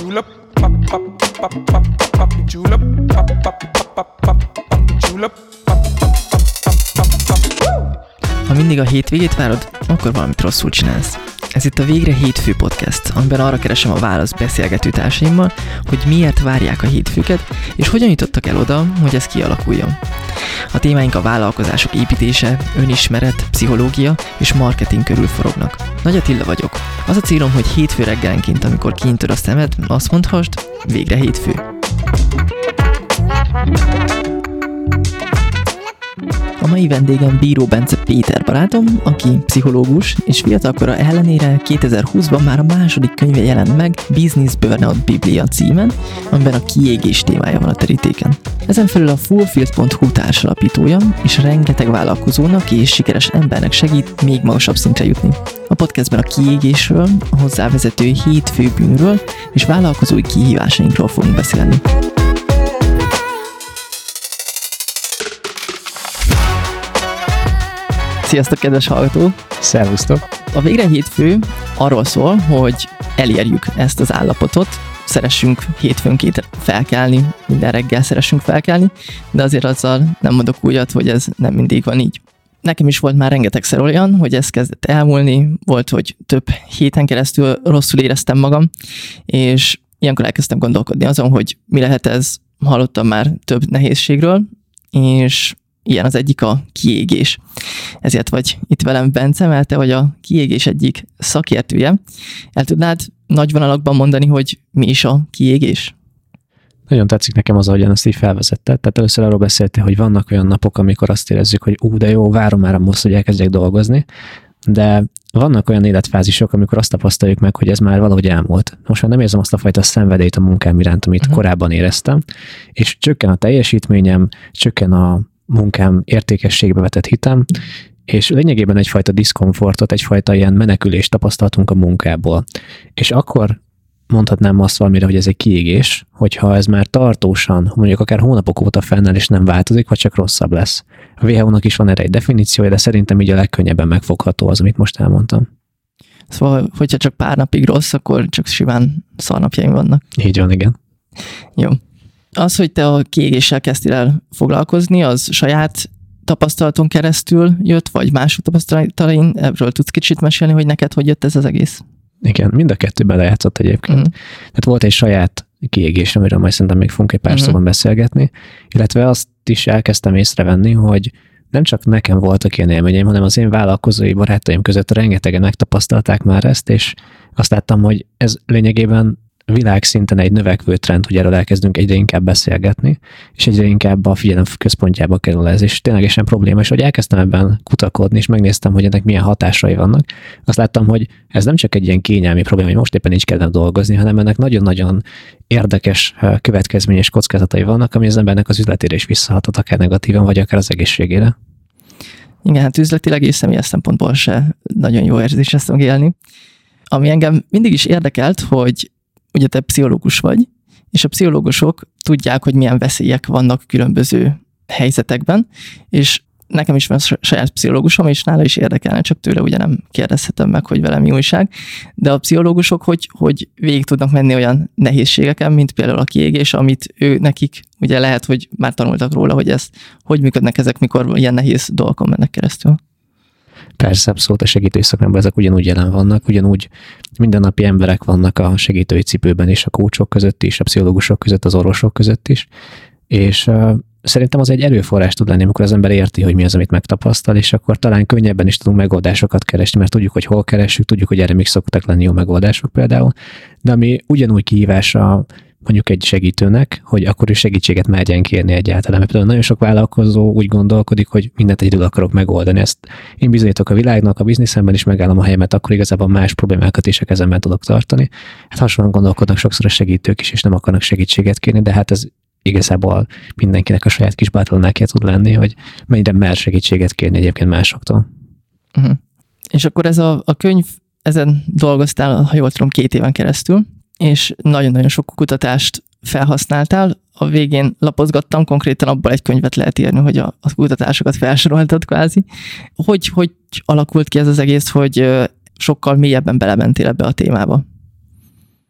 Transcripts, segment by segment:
julep, pop pop pop pop pop julep, pop pop pop pop pop julep, pop pop pop pop pop. Ha mindig a hétvégét várod, akkor valamit rosszul csinálsz. Ez itt a Végre Hétfő Podcast, amiben arra keresem a választ beszélgető társaimmal, hogy miért várják a hétfőket, és hogyan jutottak el oda, hogy ez kialakuljon. A témáink a vállalkozások építése, önismeret, pszichológia és marketing körül forognak. Nagy Attila vagyok. Az a célom, hogy hétfő reggelenként, amikor kinyitod a szemed, azt mondhassd, végre hétfő. A mai vendégem Bíró Bence Péter barátom, aki pszichológus, és fiatalkora ellenére 2020-ban már a második könyve jelent meg, Business Burnout Biblia címen, amiben a kiégés témája van a terítéken. Ezen felül a Fulfilled.hu társalapítója, és rengeteg vállalkozónak és sikeres embernek segít még magasabb szintre jutni. A podcastben a kiégésről, a hozzávezető 7 fő bűnről és vállalkozói kihívásainkról fogunk beszélni. Sziasztok, kedves hallgató! Szervusztok! A Végre Hétfő arról szól, hogy elérjük ezt az állapotot, szeressünk hétfőnként felkelni, minden reggel szeressünk felkelni, de azért azzal nem mondok újat, hogy ez nem mindig van így. Nekem is volt már rengetegszer olyan, hogy ez kezdett elmúlni, volt, hogy több héten keresztül rosszul éreztem magam, és ilyenkor elkezdtem gondolkodni azon, hogy mi lehet ez, hallottam már több nehézségről, és ilyen az egyik a kiégés. Ezért vagy itt velem, Bence, mert te vagy a kiégés egyik szakértője. El tudnád nagy vonalakban mondani, hogy mi is a kiégés? Nagyon tetszik nekem az, ahogyan ezt így felvezetted. Tehát először arról beszéltél, hogy vannak olyan napok, amikor azt érezzük, hogy de jó, várom már most, hogy elkezdjek dolgozni, de vannak olyan életfázisok, amikor azt tapasztaljuk meg, hogy ez már valahogy elmúlt. Most már nem érzem azt a fajta szenvedélyt a munkám iránt, amit korábban éreztem, és csökken a teljesítményem, csökken a munkám értékességbe vetett hitem, és lényegében egyfajta diszkomfortot, egyfajta ilyen menekülést tapasztaltunk a munkából. És akkor mondhatnám azt valamire, hogy ez egy kiégés, hogyha ez már tartósan, mondjuk akár hónapok óta fennáll, és nem változik, vagy csak rosszabb lesz. A WHO-nak is van erre egy definíciója, de szerintem így a legkönnyebben megfogható az, amit most elmondtam. Szóval, hogyha csak pár napig rossz, akkor csak simán szarnapjaim vannak. Így van, igen. Jó. Az, hogy te a kiégéssel kezdtél el foglalkozni, az saját tapasztalaton keresztül jött, vagy mások tapasztalatain? Ebből tudsz kicsit mesélni, hogy neked hogy jött ez az egész? Igen, mind a kettő belejátszott egyébként. Tehát volt egy saját kiégés, amiről majd szerintem még fogunk egy pár szóban beszélgetni, illetve azt is elkezdtem észrevenni, hogy nem csak nekem voltak ilyen élményeim, hanem az én vállalkozói barátaim között rengetegen megtapasztalták már ezt, és azt láttam, hogy ez lényegében világszinten egy növekvő trend, hogy erről elkezdünk egyre inkább beszélgetni, és egyre inkább a figyelem központjába kerül ez, és ténylegesen probléma, és hogy elkezdtem ebben kutakodni, és megnéztem, hogy ennek milyen hatásai vannak. Azt láttam, hogy ez nem csak egy ilyen kényelmi probléma, hogy most éppen nincs kellene dolgozni, hanem ennek nagyon-nagyon érdekes következményes kockázatai vannak, ami az embernek az üzletére is visszahathat, akár negatívan, vagy akár az egészségére. Igen, hát üzletileg és személyes szempontból se nagyon jó érzés ezt megélni. Ami engem mindig is érdekelt, hogy ugye te pszichológus vagy, és a pszichológusok tudják, hogy milyen veszélyek vannak különböző helyzetekben, és nekem is van saját pszichológusom, és nála is érdekelne, csak tőle ugye nem kérdezhetem meg, hogy velem mi újság, de a pszichológusok hogy végig tudnak menni olyan nehézségeken, mint például a kiégés, amit nekik ugye lehet, hogy már tanultak róla, hogy hogy működnek ezek, mikor ilyen nehéz dolgokon mennek keresztül. Persze, abszolút a segítői szakmában ezek ugyanúgy jelen vannak, ugyanúgy mindennapi emberek vannak a segítői cipőben is, a coachok között is, a pszichológusok között, az orvosok között is, és szerintem az egy erőforrás tud lenni, amikor az ember érti, hogy mi az, amit megtapasztal, és akkor talán könnyebben is tudunk megoldásokat keresni, mert tudjuk, hogy hol keressük, tudjuk, hogy erre még szoktak lenni jó megoldások például, de ami ugyanúgy kihívása mondjuk egy segítőnek, hogy akkor is segítséget merjen kérni egyáltalán. Mert például nagyon sok vállalkozó úgy gondolkodik, hogy mindent egyedül akarok megoldani. Ezt én bizonyítok a világnak, a bizniszemben is megállom a helyemet, akkor igazából más problémákat is a kezemben tudok tartani. Hát hasonlóan gondolkodnak sokszor a segítők is, és nem akarnak segítséget kérni, de hát ez igazából mindenkinek a saját kis bátornákja tud lenni, hogy mennyire mer segítséget kérni egyébként másoktól. És akkor ez a könyv, ezen dolgoztál, ha jól tudom, 2 éven keresztül, és nagyon-nagyon sok kutatást felhasználtál. A végén lapozgattam, konkrétan abból egy könyvet lehet írni, hogy a kutatásokat felsoroltad kvázi. Hogy alakult ki ez az egész, hogy sokkal mélyebben belementél ebbe a témába?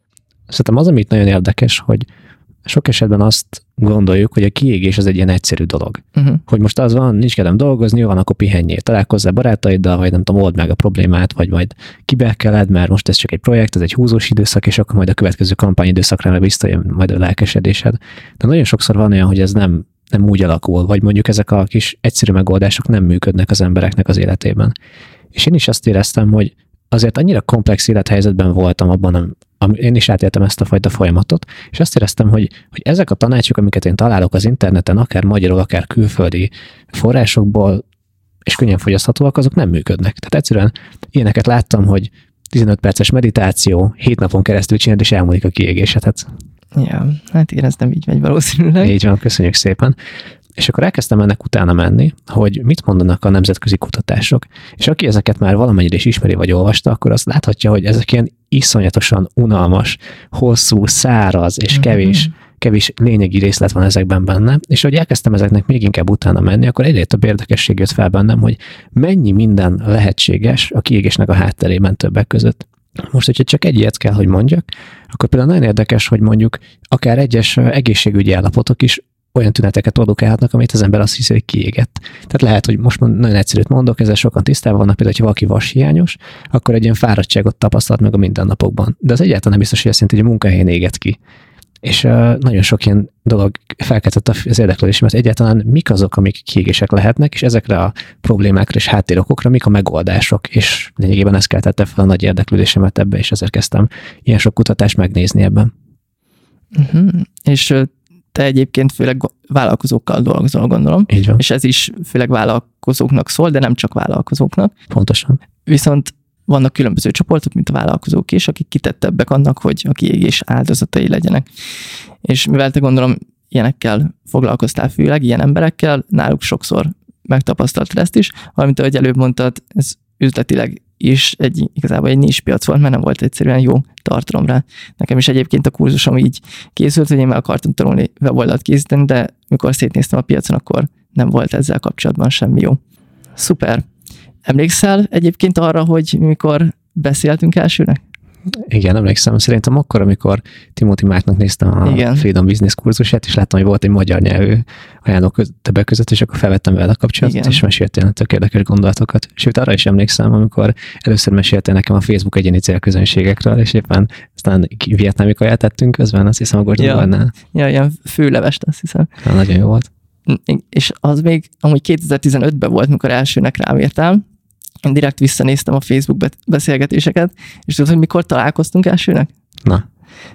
Szerintem az, amit nagyon érdekes, hogy sok esetben azt gondoljuk, hogy a kiégés az egy ilyen egyszerű dolog. Hogy most az van, nincs kedvem dolgozni, jó van, akkor pihenjél, találkozzál barátaiddal, vagy nem tudom, old meg a problémát, vagy majd kibelkeled, mert most ez csak egy projekt, ez egy húzós időszak, és akkor majd a következő kampányidőszakra visszajön majd a lelkesedésed. De nagyon sokszor van olyan, hogy ez nem úgy alakul, vagy mondjuk ezek a kis egyszerű megoldások nem működnek az embereknek az életében. És én is azt éreztem, hogy azért annyira komplex élethelyzetben voltam abban, én is átéltem ezt a fajta folyamatot, és azt éreztem, hogy ezek a tanácsok, amiket én találok az interneten, akár magyarul, akár külföldi forrásokból, és könnyen fogyaszthatóak, azok nem működnek. Tehát egyszerűen ilyeneket láttam, hogy 15 perces meditáció, 7 napon keresztül csináld, és elmúlik a kiégésedet. Ja, hát igen, ez nem így megy valószínűleg. Így van, köszönjük szépen. És akkor elkezdtem ennek utána menni, hogy mit mondanak a nemzetközi kutatások. És aki ezeket már valamennyire is ismeri vagy olvasta, akkor azt láthatja, hogy ezek ilyen iszonyatosan unalmas, hosszú, száraz és kevés lényegi részlet van ezekben benne. És hogy elkezdtem ezeknek még inkább utána menni, akkor egyre több érdekesség jött fel bennem, hogy mennyi minden lehetséges a kiégésnek a hátterében többek között. Most, hogyha csak egy ilyet kell, hogy mondjak, akkor például nagyon érdekes, hogy mondjuk akár egyes egészségügyi állapotok is olyan tüneteket produkálhatnak, amit az ember azt hiszi, hogy kiégett. Tehát lehet, hogy most nagyon egyszerűt mondok, ezzel sokan tisztában vannak, például, hogyha valaki vashiányos, akkor egy ilyen fáradtságot tapasztalt meg a mindennapokban. De az egyáltalán nem biztos, hogy azt jelenti, hogy a munkahelyén éget ki. És nagyon sok ilyen dolog felkeltett az érdeklődésemet, egyáltalán mik azok, amik kiégések lehetnek, és ezekre a problémákra és háttérokokra mik a megoldások, és lényegében ez keltette fel a nagy érdeklődésemet ebbe, és ezért kezdtem ilyen sok kutatást megnézni ebben. És te egyébként főleg vállalkozókkal dolgozol, gondolom. Így van. És ez is főleg vállalkozóknak szól, de nem csak vállalkozóknak. Pontosan. Viszont vannak különböző csoportok, mint a vállalkozók is, akik kitettebbek annak, hogy a kiégés áldozatai legyenek. És mivel te gondolom ilyenekkel foglalkoztál főleg, ilyen emberekkel, náluk sokszor megtapasztaltad ezt is, valamint ahogy előbb mondtad, ez üzletileg is igazából egy nincs piac volt, mert nem volt egyszerűen jó tartalom rá. Nekem is egyébként a kurzusom így készült, hogy én meg akartam tanulni weboldalt készíteni, de mikor szétnéztem a piacon, akkor nem volt ezzel kapcsolatban semmi jó. Szuper. Emlékszel egyébként arra, hogy mikor beszéltünk elsőnek? Igen, emlékszem. Szerintem akkor, amikor Timothy Márknak néztem a Freedom Business kurzusát, és láttam, hogy volt egy magyar nyelvű ajánló többek között, és akkor felvettem vele a kapcsolatot, igen. És meséltél tök érdekes gondolatokat. Sőt, arra is emlékszem, amikor először meséltél nekem a Facebook egyéni célközönségekről, és éppen aztán vietnámi kaját tettünk közben, azt hiszem a Gordonban. Ja, ilyen főlevest, azt hiszem. Na, nagyon jó volt. És az még amúgy 2015-ben volt, mikor elsőnek rám értem. Én direkt visszanéztem a Facebook beszélgetéseket, és tudod, hogy mikor találkoztunk elsőnek? Na.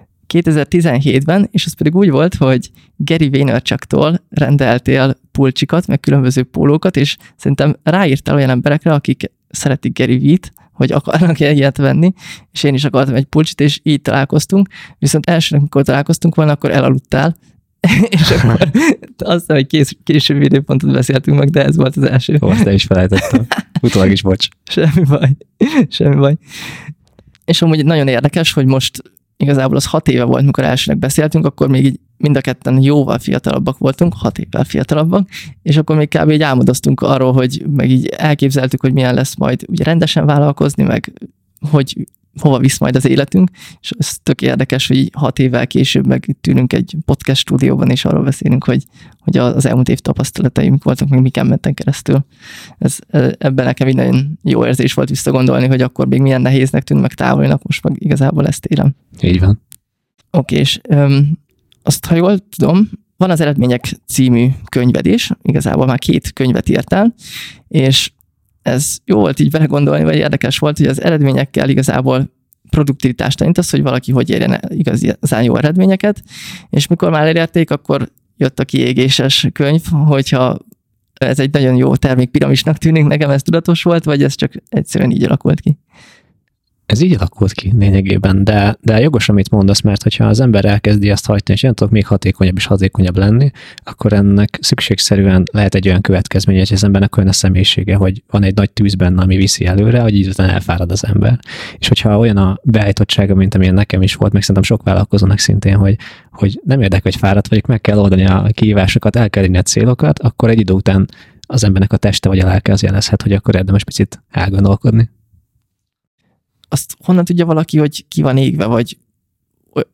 2017-ben, és az pedig úgy volt, hogy Gary Vaynerchuktól rendeltél pulcsikat, meg különböző pólókat, és szerintem ráírtál olyan emberekre, akik szeretik Gary V-t, hogy akarnak ilyet venni, és én is akartam egy pulcsit, és így találkoztunk, viszont elsőnek, mikor találkoztunk volna, akkor elaludtál, és akkor azt hiszem, hogy később időpontot beszéltünk meg, de ez volt az első. Ó, azt is felejtettem. Utólag is bocs. Semmi baj. És amúgy nagyon érdekes, hogy most igazából az 6 éve volt, mikor elsőnek beszéltünk, akkor még így mind a ketten jóval fiatalabbak voltunk, 6 évvel fiatalabbak, és akkor még kb. Így álmodoztunk arról, hogy meg így elképzeltük, hogy milyen lesz majd ugye rendesen vállalkozni, meg hogy hova visz majd az életünk, és ez tök érdekes, hogy 6 évvel később meg tűnünk egy podcast stúdióban, és arról beszélünk, hogy az elmúlt év tapasztalataim voltak, meg miken mentem keresztül. Ebben nekem így nagyon jó érzés volt visszagondolni, hogy akkor még milyen nehéznek tűnt, meg távolinak, most meg igazából ezt élem. Így van. Oké, és azt, ha jól tudom, van az Eredmények című könyved is, igazából már 2 könyvet írtál, és ez jó volt így belegondolni, vagy érdekes volt, hogy az eredményekkel igazából produktivitást tanítasz, hogy valaki hogy érjen igazán jó eredményeket, és mikor már elérték, akkor jött a kiégéses könyv, hogyha ez egy nagyon jó termékpiramisnak tűnik, nekem ez tudatos volt, vagy ez csak egyszerűen így alakult ki? Ez így alakult ki lényegében, de jogos, amit mondasz, mert hogyha az ember elkezdi azt hagyni, és nem tudok még hatékonyabb és hatékonyabb lenni, akkor ennek szükségszerűen lehet egy olyan következménye, hogy az embernek olyan a személyisége, hogy van egy nagy tűz benne, ami viszi előre, hogy így után elfárad az ember. És hogyha olyan a beállítottsága, mint amilyen nekem is volt, meg szerintem sok vállalkozónak szintén, hogy nem érdekel, hogy fáradt vagyok, meg kell oldani a kihívásokat, el kell érni a célokat, akkor egy idő után az embernek a teste vagy a lelke az jelezhet, hogy akkor érdemes picit elgondolkodni. Azt honnan tudja valaki, hogy ki van égve, vagy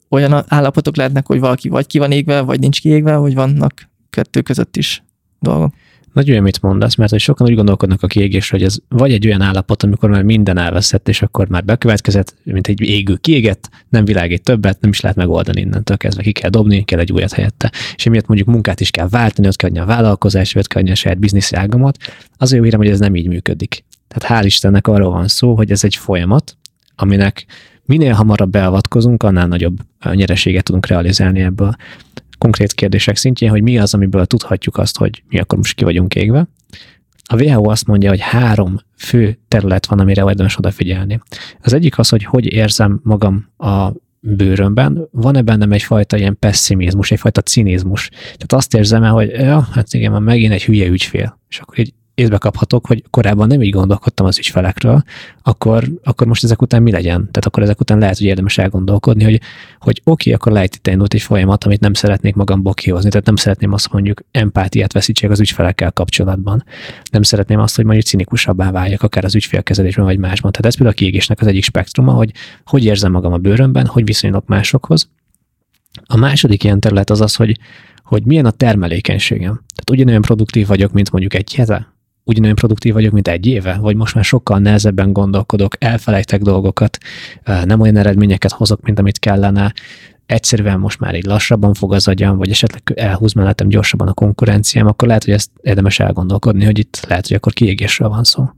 olyan állapotok lehetnek, hogy valaki vagy ki van égve, vagy nincs kiégve, hogy vannak kettő között is dolgok. Nagyon jó, mit mondasz, mert hogy sokan úgy gondolkodnak a kiégésről, hogy ez vagy egy olyan állapot, amikor már minden elveszett, és akkor már bekövetkezett, mint egy égő kiégett, nem világít többet, nem is lehet megoldani innentől kezdve, ki kell dobni, kell egy újat helyette. És emiatt mondjuk munkát is kell váltani, ott kell adni a vállalkozás, ott kell adni a saját biznisz ágamat. Az jó hírem, hogy ez nem így működik. Tehát hál' Istennek arról van szó, hogy ez egy folyamat, aminek minél hamarabb beavatkozunk, annál nagyobb nyereséget tudunk realizálni ebből. Konkrét kérdések szintjén, hogy mi az, amiből tudhatjuk azt, hogy mi akkor most ki vagyunk égve. A WHO azt mondja, hogy 3 fő terület van, amire érdemes odafigyelni. Az egyik az, hogy érzem magam a bőrömben, van-e bennem egyfajta ilyen pessimizmus, egyfajta cinizmus. Tehát azt érzem el, hogy hát igen, már megint egy hülye ügyfél. És akkor így észbe kaphatok, hogy korábban nem így gondolkodtam az ügyfelekről, akkor most ezek után mi legyen? Tehát akkor ezek után lehet, hogy érdemes elgondolkodni, hogy oké, akkor lehet itt indult egy folyamat, amit nem szeretnék magamból kihozni, tehát nem szeretném azt, mondjuk empátiát veszítsek az ügyfelekkel kapcsolatban. Nem szeretném azt, hogy mondjuk cinikusabbá váljak, akár az ügyfélkezelésben vagy másban. Tehát ez például a kiégésnek az egyik spektruma, hogy érzem magam a bőrömben, hogy viszonyulok másokhoz. A második ilyen terület az, hogy milyen a termelékenységem. Tehát ugyanolyan produktív vagyok, mint mondjuk egy hete, ugyanolyan produktív vagyok, mint egy éve, vagy most már sokkal nehezebben gondolkodok, elfelejtek dolgokat, nem olyan eredményeket hozok, mint amit kellene, egyszerűen most már így lassabban fog az agyam, vagy esetleg elhúz mellettem gyorsabban a konkurenciám, akkor lehet, hogy ezt érdemes elgondolkodni, hogy itt lehet, hogy akkor kiégésről van szó.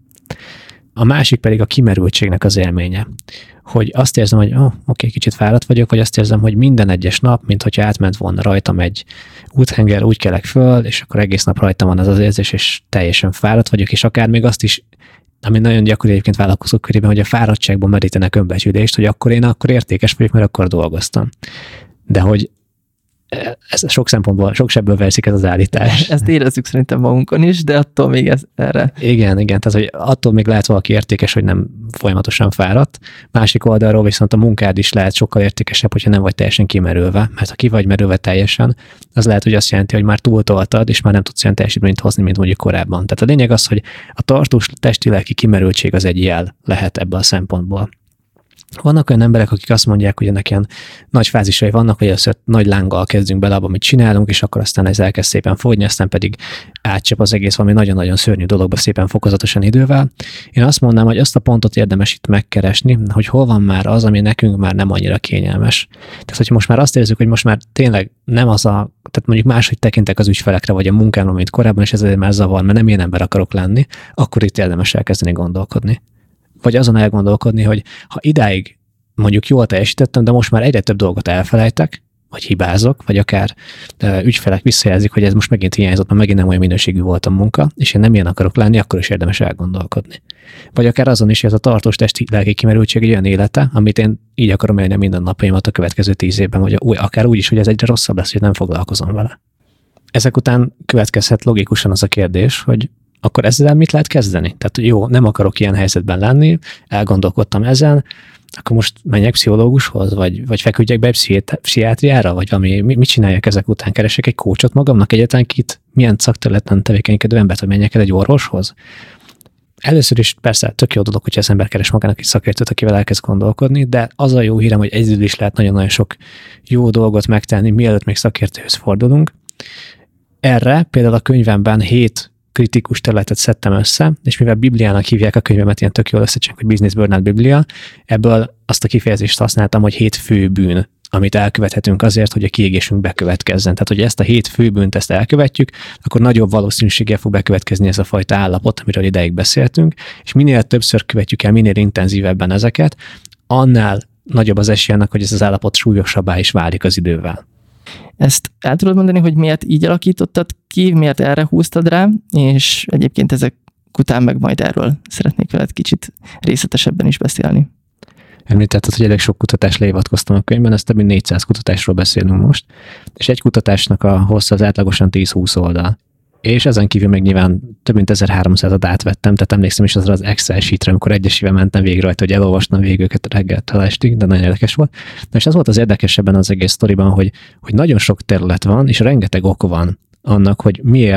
A másik pedig a kimerültségnek az élménye. Hogy azt érzem, hogy oké, kicsit fáradt vagyok, vagy azt érzem, hogy minden egyes nap, mint hogyha átment volna rajtam egy úthenger, úgy kelek föl, és akkor egész nap rajtam van az érzés, és teljesen fáradt vagyok, és akár még azt is, ami nagyon gyakori egyébként vállalkozók körében, hogy a fáradtságban merítenek önbecsülést, hogy akkor én akkor értékes vagyok, mert akkor dolgoztam. De hogy ez sok szempontból, sok sebből verszik ez az állítás. Ezt érezzük szerintem magunkon is, de attól még ez erre. Igen, tehát hogy attól még lehet valaki értékes, hogy nem folyamatosan fáradt. Másik oldalról viszont a munkád is lehet sokkal értékesebb, hogyha nem vagy teljesen kimerülve, mert ha ki vagy merülve teljesen, az lehet, hogy azt jelenti, hogy már túltoltad, és már nem tudsz olyan teljesítményt hozni, mint mondjuk korábban. Tehát a lényeg az, hogy a tartós testi-lelki kimerültség az egy jel lehet ebből a szempontból. Vannak olyan emberek, akik azt mondják, hogy ennek ilyen nagy fázisai vannak, hogy először nagy lánggal kezdünk bele abba, amit csinálunk, és akkor aztán ez elkezd szépen fogyni, aztán pedig átcsap az egész valami nagyon-nagyon szörnyű dologba szépen fokozatosan idővel. Én azt mondanám, hogy azt a pontot érdemes itt megkeresni, hogy hol van már az, ami nekünk már nem annyira kényelmes. Tehát, hogy most már azt érzük, hogy most már tényleg nem az tehát mondjuk máshogy tekintek az ügyfelekre, vagy a munkámra, mint korábban, és ez már zavar, mert nem ilyen ember akarok lenni, akkor itt érdemes elkezdeni gondolkodni. Vagy azon elgondolkodni, hogy ha idáig mondjuk jól teljesítettem, de most már egyre több dolgot elfelejtek, vagy hibázok, vagy akár ügyfelek visszajelzik, hogy ez most megint hiányzott, mert megint nem olyan minőségű volt a munka, és én nem ilyen akarok lenni, akkor is érdemes elgondolkodni. Vagy akár azon is, hogy ez a tartós testi lelki kimerültség egy olyan élete, amit én így akarom élni minden napjaimat a következő 10 évben, vagy akár úgy is, hogy ez egyre rosszabb lesz, hogy nem foglalkozom vele. Ezek után következhet logikusan az a kérdés, hogy akkor ezzel mit lehet kezdeni? Tehát jó, nem akarok ilyen helyzetben lenni, elgondolkodtam ezen, akkor most menjek pszichológushoz, vagy feküdjek be pszichiátriára, vagy mit csináljak ezek után? Keresek egy coachot magamnak egyáltalán milyen szakterületen tevékenykedő embert, hogy menjek el egy orvoshoz? Először is persze tök jó dolog, hogyha az ember keres magának egy szakértőt, akivel elkezd gondolkodni, de az a jó hírem, hogy egyedül is lehet nagyon-nagyon sok jó dolgot megtenni, mielőtt még szakértőhöz fordulunk. Erre például a könyvemben 7 kritikus területet szedtem össze, és mivel Bibliának hívják a könyvemet, ilyen tök jól összecseng, hogy Business Burnout Biblia, ebből azt a kifejezést használtam, hogy 7 fő bűn, amit elkövethetünk azért, hogy a kiégésünk bekövetkezzen. Tehát, hogy ezt a 7 fő bűnt ezt elkövetjük, akkor nagyobb valószínűséggel fog bekövetkezni ez a fajta állapot, amiről ideig beszéltünk, és minél többször követjük el, minél intenzívebben ezeket, annál nagyobb az esély annak, hogy ez az állapot súlyosabbá is válik az idővel. Ezt el tudod mondani, hogy miért így alakítottad ki, miért erre húztad rá, és egyébként ezek után meg majd erről szeretnék veled kicsit részletesebben is beszélni. Említetted, hogy elég sok kutatásra hivatkoztam a könyvben, ezt több mint 400 kutatásról beszélünk most, és egy kutatásnak a hossza az átlagosan 10-20 oldal. És ezen kívül még nyilván több mint 1300-at átvettem, tehát emlékszem is azra az Excel sheetre, amikor egyesével mentem végig rajta, hogy elolvastam végig őket reggeltől estig, de nagyon érdekes volt. Na és az volt az érdekesebben az egész sztoriban, hogy nagyon sok terület van, és rengeteg ok van annak, hogy miért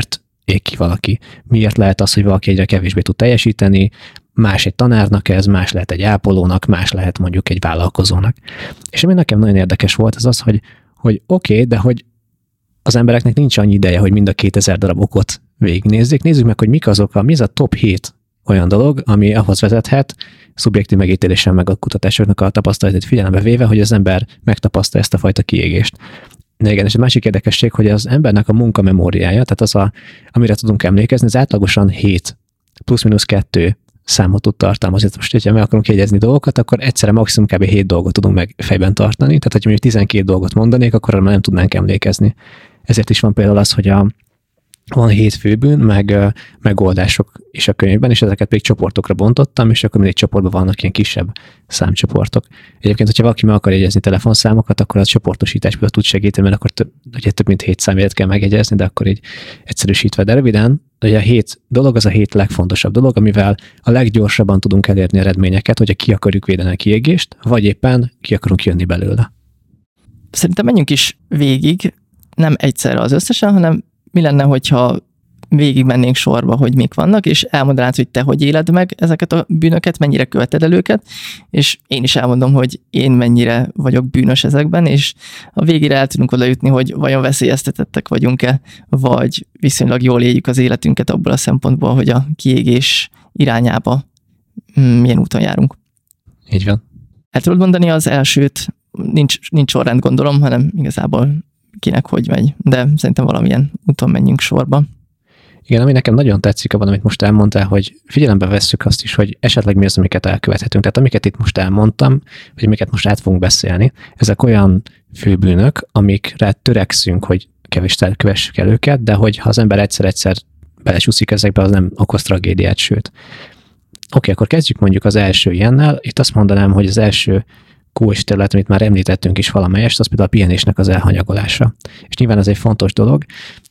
ég ki valaki. Miért lehet az, hogy valaki egyre kevésbé tud teljesíteni, más egy tanárnak ez, más lehet egy ápolónak, más lehet mondjuk egy vállalkozónak. És ami nekem nagyon érdekes volt, az az, hogy oké, de hogy az embereknek nincs annyi ideje, hogy mind a 2000 darab okot végignézzék. Nézzük meg, hogy mi az a top 7 olyan dolog, ami ahhoz vezethet, szubjektív megítélésen meg a kutatásoknak a tapasztalatát figyelembe véve, hogy az ember megtapasztalja ezt a fajta kiégést. De igen, és a másik érdekesség, hogy az embernek a munkamemóriája, tehát amire tudunk emlékezni, az átlagosan 7 plusz-minusz 2 számot tud tartalmazni. Most, hogyha meg akarunk jegyezni dolgokat, akkor egyszerre maximum kb. 7 dolgot tudunk meg fejben tartani. Tehát, hogyha mondjuk 12 dolgot mondanék, akkor már nem tudnánk emlékezni. Ezért is van például az, hogy van 7 főbűn, meg megoldások is a könyvben, és ezeket pedig csoportokra bontottam, és akkor mindig csoportban vannak ilyen kisebb számcsoportok. Egyébként, hogyha valaki meg akar jegyezni telefonszámokat, akkor a csoportosításból tud segíteni, mert akkor több mint 7 számjegyet kell megjegyezni, de akkor így egyszerűsítve. De röviden, hogy a 7 dolog az a 7 legfontosabb dolog, amivel a leggyorsabban tudunk elérni eredményeket, hogyha ki akarjuk védeni a kiégést, vagy éppen ki akarunk jönni belőle. Szerintem menjünk is végig, nem egyszerre az összesen, hanem mi lenne, hogyha végig mennénk sorba, hogy mik vannak, és elmondanád, hogy te hogy éled meg ezeket a bűnöket, mennyire követed el őket, és én is elmondom, hogy én mennyire vagyok bűnös ezekben, és a végére el tudunk oda jutni, hogy vajon veszélyeztetettek vagyunk-e, vagy viszonylag jól éljük az életünket abból a szempontból, hogy a kiégés irányába milyen úton járunk. Így van. El tudod mondani az elsőt, nincs sorrend gondolom, hanem igazából kinek hogy megy, de szerintem valamilyen úton menjünk sorba. Igen, ami nekem nagyon tetszik abban, amit most elmondtál, hogy figyelembe vesszük azt is, hogy esetleg mi az, amiket elkövethetünk. Tehát amiket itt most elmondtam, vagy amiket most át fogunk beszélni, ezek olyan főbűnök, amikre törekszünk, hogy kevésszer kövessük el őket, de hogy ha az ember egyszer belecsúszik ezekbe, az nem okoz tragédiát, sőt. Oké, akkor kezdjük mondjuk az első ilyennel. Itt azt mondanám, hogy az első kulcs terület, amit már említettünk is valamelyest, az például a pihenésnek az elhanyagolása. És nyilván ez egy fontos dolog.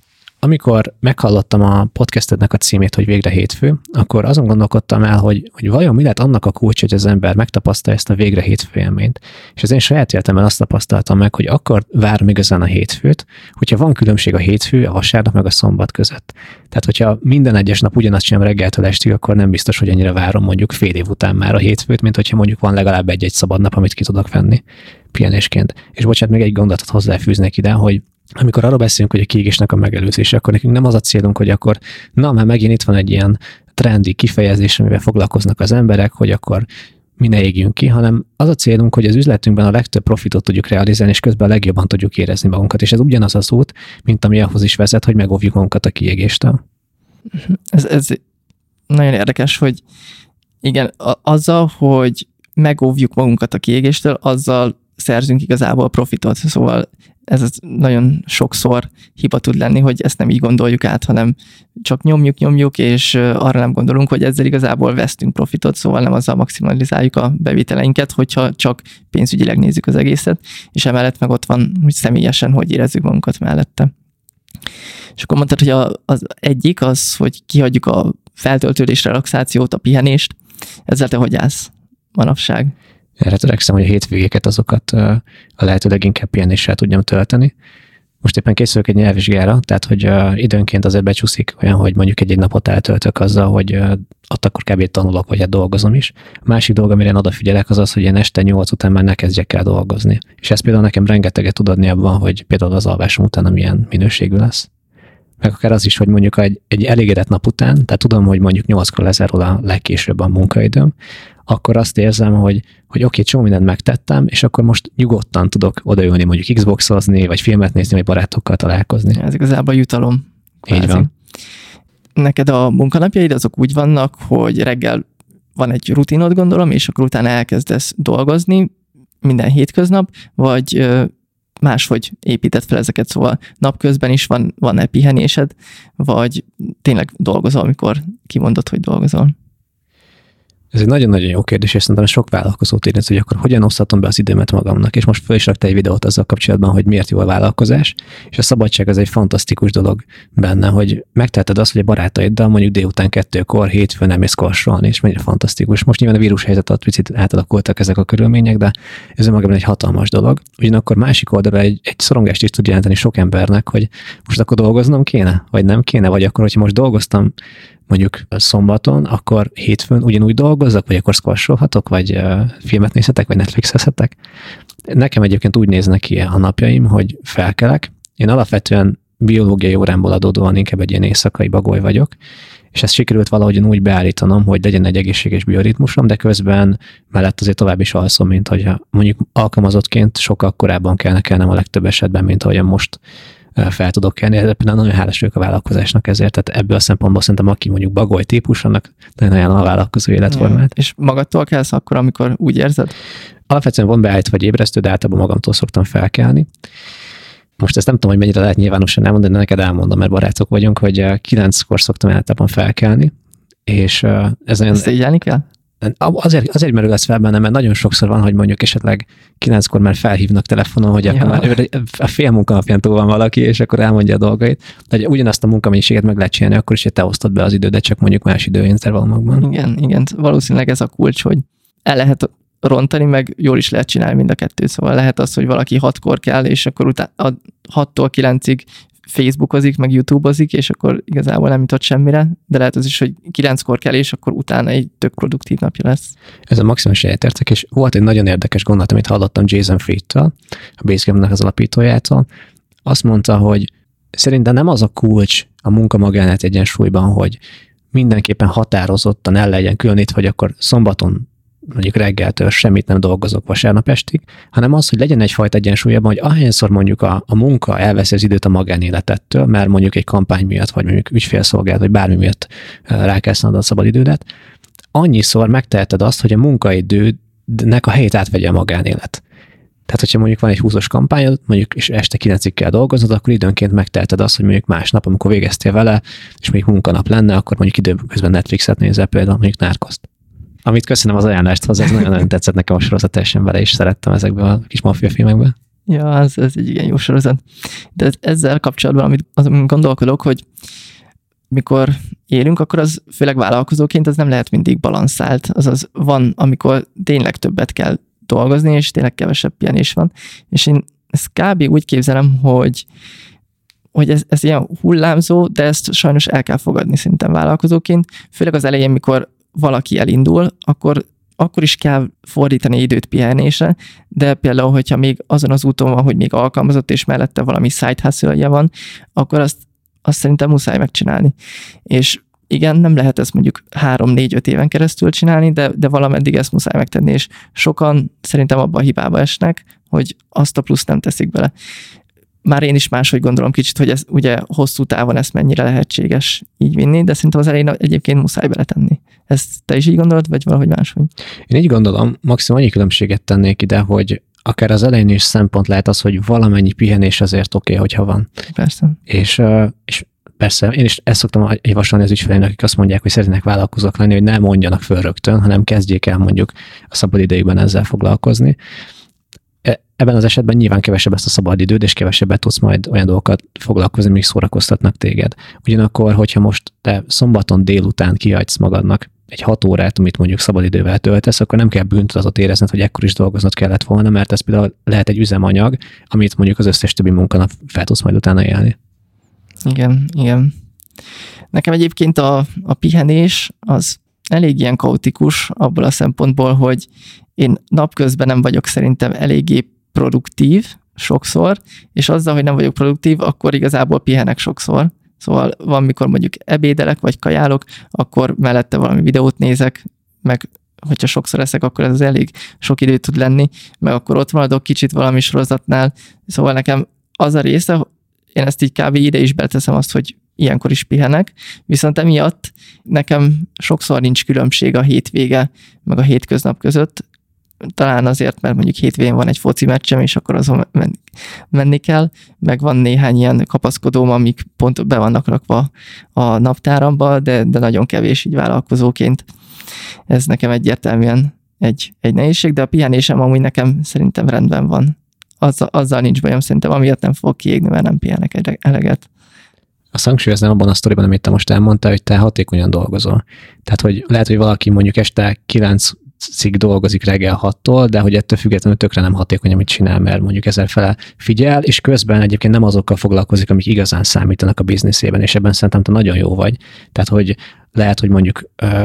Amikor meghallottam a podcastednek a címét, hogy végre hétfő, akkor azon gondolkodtam el, hogy vajon mi lett annak a kulcs, hogy az ember megtapasztalja ezt a végre hétfő élményt. És az én saját életemben azt tapasztaltam meg, hogy akkor várom igazán a hétfőt, hogyha van különbség a hétfő, a vasárnap meg a szombat között. Tehát, hogyha minden egyes nap ugyanazt csinálom reggeltől estig, akkor nem biztos, hogy annyira várom mondjuk fél év után már a hétfőt, mint hogyha mondjuk van legalább egy szabad nap, amit ki tudok venni pihenésként. És bocsánat, még egy gondolatot hozzáfűznék ide, hogy amikor arról beszélünk, hogy a kiégésnek a megelőzése, akkor nekünk nem az a célunk, hogy akkor már megint itt van egy ilyen trendi kifejezés, amivel foglalkoznak az emberek, hogy akkor mi ne égjünk ki, hanem az a célunk, hogy az üzletünkben a legtöbb profitot tudjuk realizálni, és közben a legjobban tudjuk érezni magunkat. És ez ugyanaz az út, mint ami ahhoz is vezet, hogy megóvjuk magunkat a kiégéstől. Ez nagyon érdekes, hogy igen, azzal, hogy megóvjuk magunkat a kiégéstől, azzal szerzünk igazából profitot. Szóval ez nagyon sokszor hiba tud lenni, hogy ezt nem így gondoljuk át, hanem csak nyomjuk, és arra nem gondolunk, hogy ezzel igazából vesztünk profitot, szóval nem azzal maximalizáljuk a bevételeinket, hogyha csak pénzügyileg nézzük az egészet, és emellett meg ott van, hogy személyesen hogy érezzük magunkat mellette. És akkor mondtad, hogy az egyik az, hogy kihagyjuk a feltöltődést, relaxációt, a pihenést. Ezzel te hogy állsz manapság? Erre törekszem, hogy a hétvégéket azokat a lehető leginkább pihenéssel tudjam tölteni. Most éppen készülök egy nyelvvizsgára, tehát hogy időnként azért becsúszik olyan, hogy mondjuk egy napot eltöltök azzal, hogy ott akkor kb. Tanulok, vagy dolgozom is. A másik dolog, amire én odafigyelek, az az, hogy én este 8 után már ne kezdjek el dolgozni. És ez például nekem rengeteget tud adni abban, hogy például az alvásom után milyen minőségű lesz. Meg akár az is, hogy mondjuk egy elégedett nap után, tehát tudom, hogy mondjuk 8-kor lezárul a legkésőbb a munkaidőm, akkor azt érzem, hogy oké, csomó mindent megtettem, és akkor most nyugodtan tudok odaülni, mondjuk Xboxozni, vagy filmet nézni, vagy barátokkal találkozni. Ez igazából jutalom. Így van. Neked a munkanapjaid azok úgy vannak, hogy reggel van egy rutinod, gondolom, és akkor utána elkezdesz dolgozni minden hétköznap, vagy máshogy építed fel ezeket, szóval napközben is van-e pihenésed, vagy tényleg dolgozol, amikor kimondod, hogy dolgozol? Ez egy nagyon-nagyon jó kérdés, és szerintem sok vállalkozót érint, hogy akkor hogyan oszthatom be az időmet magamnak. És most föl is rakta egy videót azzal kapcsolatban, hogy miért jó a vállalkozás, és a szabadság az egy fantasztikus dolog benne, hogy megteheted azt, hogy a barátaiddal mondjuk délután 2-kor, hétfőn nem mész korsolni, és mennyire fantasztikus. Most nyilván a vírushelyzet alatt picit átalakultak ezek a körülmények, de ez önmagában egy hatalmas dolog. Ugyanakkor másik oldalra egy szorongást is tud jelenteni sok embernek, hogy most akkor dolgoznom kéne, vagy nem kéne, vagy akkor, hogyha most dolgoztam mondjuk szombaton, akkor hétfőn ugyanúgy dolgozzak, vagy akkor squasholhatok, vagy filmet nézhetek, vagy Netflixezhetek. Nekem egyébként úgy néznek ki a napjaim, hogy felkelek. Én alapvetően biológiai órámból adódóan inkább egy ilyen éjszakai bagoly vagyok, és ezt sikerült valahogyan úgy beállítanom, hogy legyen egy egészséges bioritmusom, de közben mellett azért tovább is alszom, mint hogyha mondjuk alkalmazottként sokkal korábban kellene kelnem a legtöbb esetben, mint ahogyan most fel tudok kelni. Például nagyon hálás vagyok a vállalkozásnak ezért, tehát ebből a szempontból szerintem aki mondjuk bagoly típus, annak nagyon ajánlom a vállalkozó életformát. És magadtól kelsz akkor, amikor úgy érzed? Alapvetően van beállítva egy ébresztő, de általában magamtól szoktam felkelni. Most ezt nem tudom, hogy mennyire lehet nyilvánosan elmondani, de neked elmondom, mert barátok vagyunk, hogy 9-kor szoktam általában felkelni, és ez nagyon... Ezt szégyelni kell? Azért merül ez fel bennem, mert nagyon sokszor van, hogy mondjuk esetleg 9-kor már felhívnak telefonon, hogy akkor már a fél munkanapján túl van valaki, és akkor elmondja a dolgait. De ugyanazt a munkamennyiséget meg lehet csinálni, akkor is, hogy te osztod be az idődet, csak mondjuk más időintervallumokban. Igen, valószínűleg ez a kulcs, hogy el lehet rontani, meg jól is lehet csinálni mind a kettőt. Szóval lehet az, hogy valaki 6-kor kell, és akkor utána 6-tól 9-ig Facebookozik, meg YouTube-ozik, és akkor igazából nem jutott semmire, de lehet az is, hogy 9-kor kell, és akkor utána egy tök produktív napja lesz. Ez a maximális egyetértek, és volt egy nagyon érdekes gondolat, amit hallottam Jason Fried-től, a Basecamp-nek az alapítójától. Azt mondta, hogy szerintem nem az a kulcs a munka-magánélet egyensúlyban, hogy mindenképpen határozottan el legyen különítve, hogy akkor szombaton mondjuk reggeltől semmit nem dolgozok vasárnap estig, hanem az, hogy legyen egyfajta egyensúlyban, hogy ahányszor mondjuk a munka elveszi az időt a magánéletettől, mert mondjuk egy kampány miatt, vagy mondjuk ügyfélszolgálat, vagy bármi miatt rá kell szánnod a szabad idődet, annyiszor megteheted azt, hogy a munkaidőnek a helyét átvegye a magánélet. Tehát, hogyha mondjuk van egy 20-os kampányod, mondjuk és este 9-ig kell dolgoznod, akkor időnként megteheted azt, hogy mondjuk másnap, amikor végeztél vele, és mondjuk munkanap lenne, akkor mondjuk időközben Netflixet nézel, például mondjuk Narcoszt. Amit köszönöm az ajánlást hozzá, ez nagyon tetszett nekem a sorozat, teljesen vele is szerettem ezekben a kis maffia filmekben. Ja, ez egy igen jó sorozat. De ezzel kapcsolatban, amit gondolkodok, hogy mikor élünk, akkor az főleg vállalkozóként az nem lehet mindig balanszált. Azaz van, amikor tényleg többet kell dolgozni, és tényleg kevesebb pihenés van. És én ezt kb. Úgy képzelem, hogy ez ilyen hullámzó, de ezt sajnos el kell fogadni szerintem vállalkozóként. Főleg az elején, mikor valaki elindul, akkor is kell fordítani időt pihenésre, de például, hogyha még azon az úton van, hogy még alkalmazott, és mellette valami side hustle-je van, akkor azt szerintem muszáj megcsinálni. És igen, nem lehet ezt mondjuk 3-4-5 éven keresztül csinálni, de valameddig ezt muszáj megtenni, és sokan szerintem abba a hibába esnek, hogy azt a pluszt nem teszik bele. Már én is máshogy gondolom kicsit, hogy ez ugye hosszú távon ezt mennyire lehetséges így vinni, de szerintem az elején egyébként muszáj beletenni. Ezt te is így gondolod, vagy valahogy máshogy? Én így gondolom, maximum annyi különbséget tennék ide, hogy akár az elején is szempont lehet az, hogy valamennyi pihenés azért oké, hogyha van. Persze. És persze, én is ezt szoktam javasolni az ügyfeleimnek, akik azt mondják, hogy szeretnének vállalkozók lenni, hogy ne mondjanak föl rögtön, hanem kezdjék el mondjuk a szabad idejükben ezzel foglalkozni. Ebben az esetben nyilván kevesebb ezt a szabad időd, és kevesebbet tudsz majd olyan dolgokat foglalkozni, amik szórakoztatnak téged. Ugyanakkor, hogyha most te szombaton délután kihagysz magadnak egy 6 órát, amit mondjuk szabadidővel töltesz, akkor nem kell bűntudatot érezned, hogy ekkor is dolgoznod kellett volna, mert ez például lehet egy üzemanyag, amit mondjuk az összes többi munkanap fel tudsz majd utána élni. Igen. Nekem egyébként a pihenés az elég ilyen kaotikus abból a szempontból, hogy én napközben nem vagyok szerintem eléggé produktív sokszor, és azzal, hogy nem vagyok produktív, akkor igazából pihenek sokszor. Szóval van, mikor mondjuk ebédelek, vagy kajálok, akkor mellette valami videót nézek, meg hogyha sokszor eszek, akkor ez elég sok idő tud lenni, meg akkor ott maradok kicsit valami sorozatnál. Szóval nekem az a része, én ezt így kb. Ide is beleteszem azt, hogy ilyenkor is pihenek, viszont emiatt nekem sokszor nincs különbség a hétvége, meg a hétköznap között. Talán azért, mert mondjuk hétvégén van egy foci meccsem, és akkor azon menni kell, meg van néhány ilyen kapaszkodóm, amik pont be vannak rakva a naptáramba, de nagyon kevés így vállalkozóként. ez nekem egyértelműen egy nehézség, de a pihenésem amúgy nekem szerintem rendben van. Azzal nincs bajom, szerintem amiatt nem fogok kiégni, mert nem pihenek eleget. Azt hangsúlyoznám abban a sztoriban, amit te most elmondtál, hogy te hatékonyan dolgozol. Tehát, hogy lehet, hogy valaki mondjuk este 9-ig dolgozik reggel 6-tól, de hogy ettől függetlenül tökre nem hatékony, amit csinál, mert mondjuk ezerfele figyel, és közben egyébként nem azokkal foglalkozik, amik igazán számítanak a bizniszében, és ebben szerintem te nagyon jó vagy. Tehát, hogy lehet, hogy mondjuk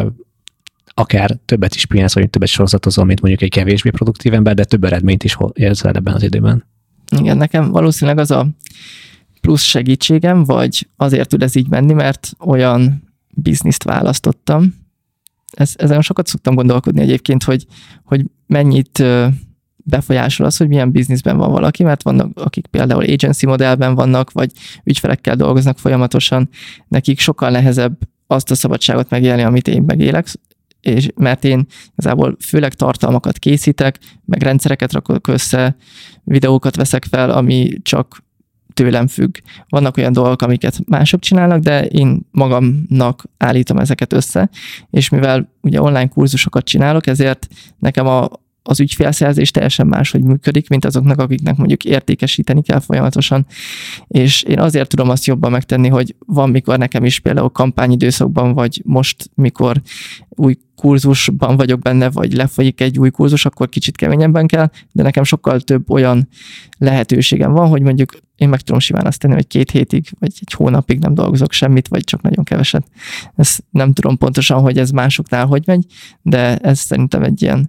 akár többet is pihensz, vagy többet sorozatozol, mint mondjuk egy kevésbé produktív ember, de több eredményt is érzel ebben az időben. Igen, nekem valószínűleg az a plusz segítségem, vagy azért tud ez így menni, mert olyan bizniszt választottam. Ezen sokat szoktam gondolkodni egyébként, hogy mennyit befolyásol az, hogy milyen bizniszben van valaki, mert vannak, akik például agency modellben vannak, vagy ügyfelekkel dolgoznak folyamatosan, nekik sokkal nehezebb azt a szabadságot megélni, amit én megélek, mert én igazából főleg tartalmakat készítek, meg rendszereket rakok össze, videókat veszek fel, ami csak tőlem függ. Vannak olyan dolgok, amiket mások csinálnak, de én magamnak állítom ezeket össze, és mivel ugye online kurzusokat csinálok, ezért nekem az ügyfélszerzés teljesen máshogy működik, mint azoknak, akiknek mondjuk értékesíteni kell folyamatosan, és én azért tudom azt jobban megtenni, hogy van, mikor nekem is például kampányidőszakban, vagy most, mikor új kurzusban vagyok benne, vagy lefolyik egy új kurzus, akkor kicsit keményebben kell, de nekem sokkal több olyan lehetőségem van, hogy mondjuk én meg tudom simán azt tenni, hogy 2 hétig, vagy egy hónapig nem dolgozok semmit, vagy csak nagyon keveset. Ezt nem tudom pontosan, hogy ez másoknál hogy megy, de ez szerintem egy ilyen,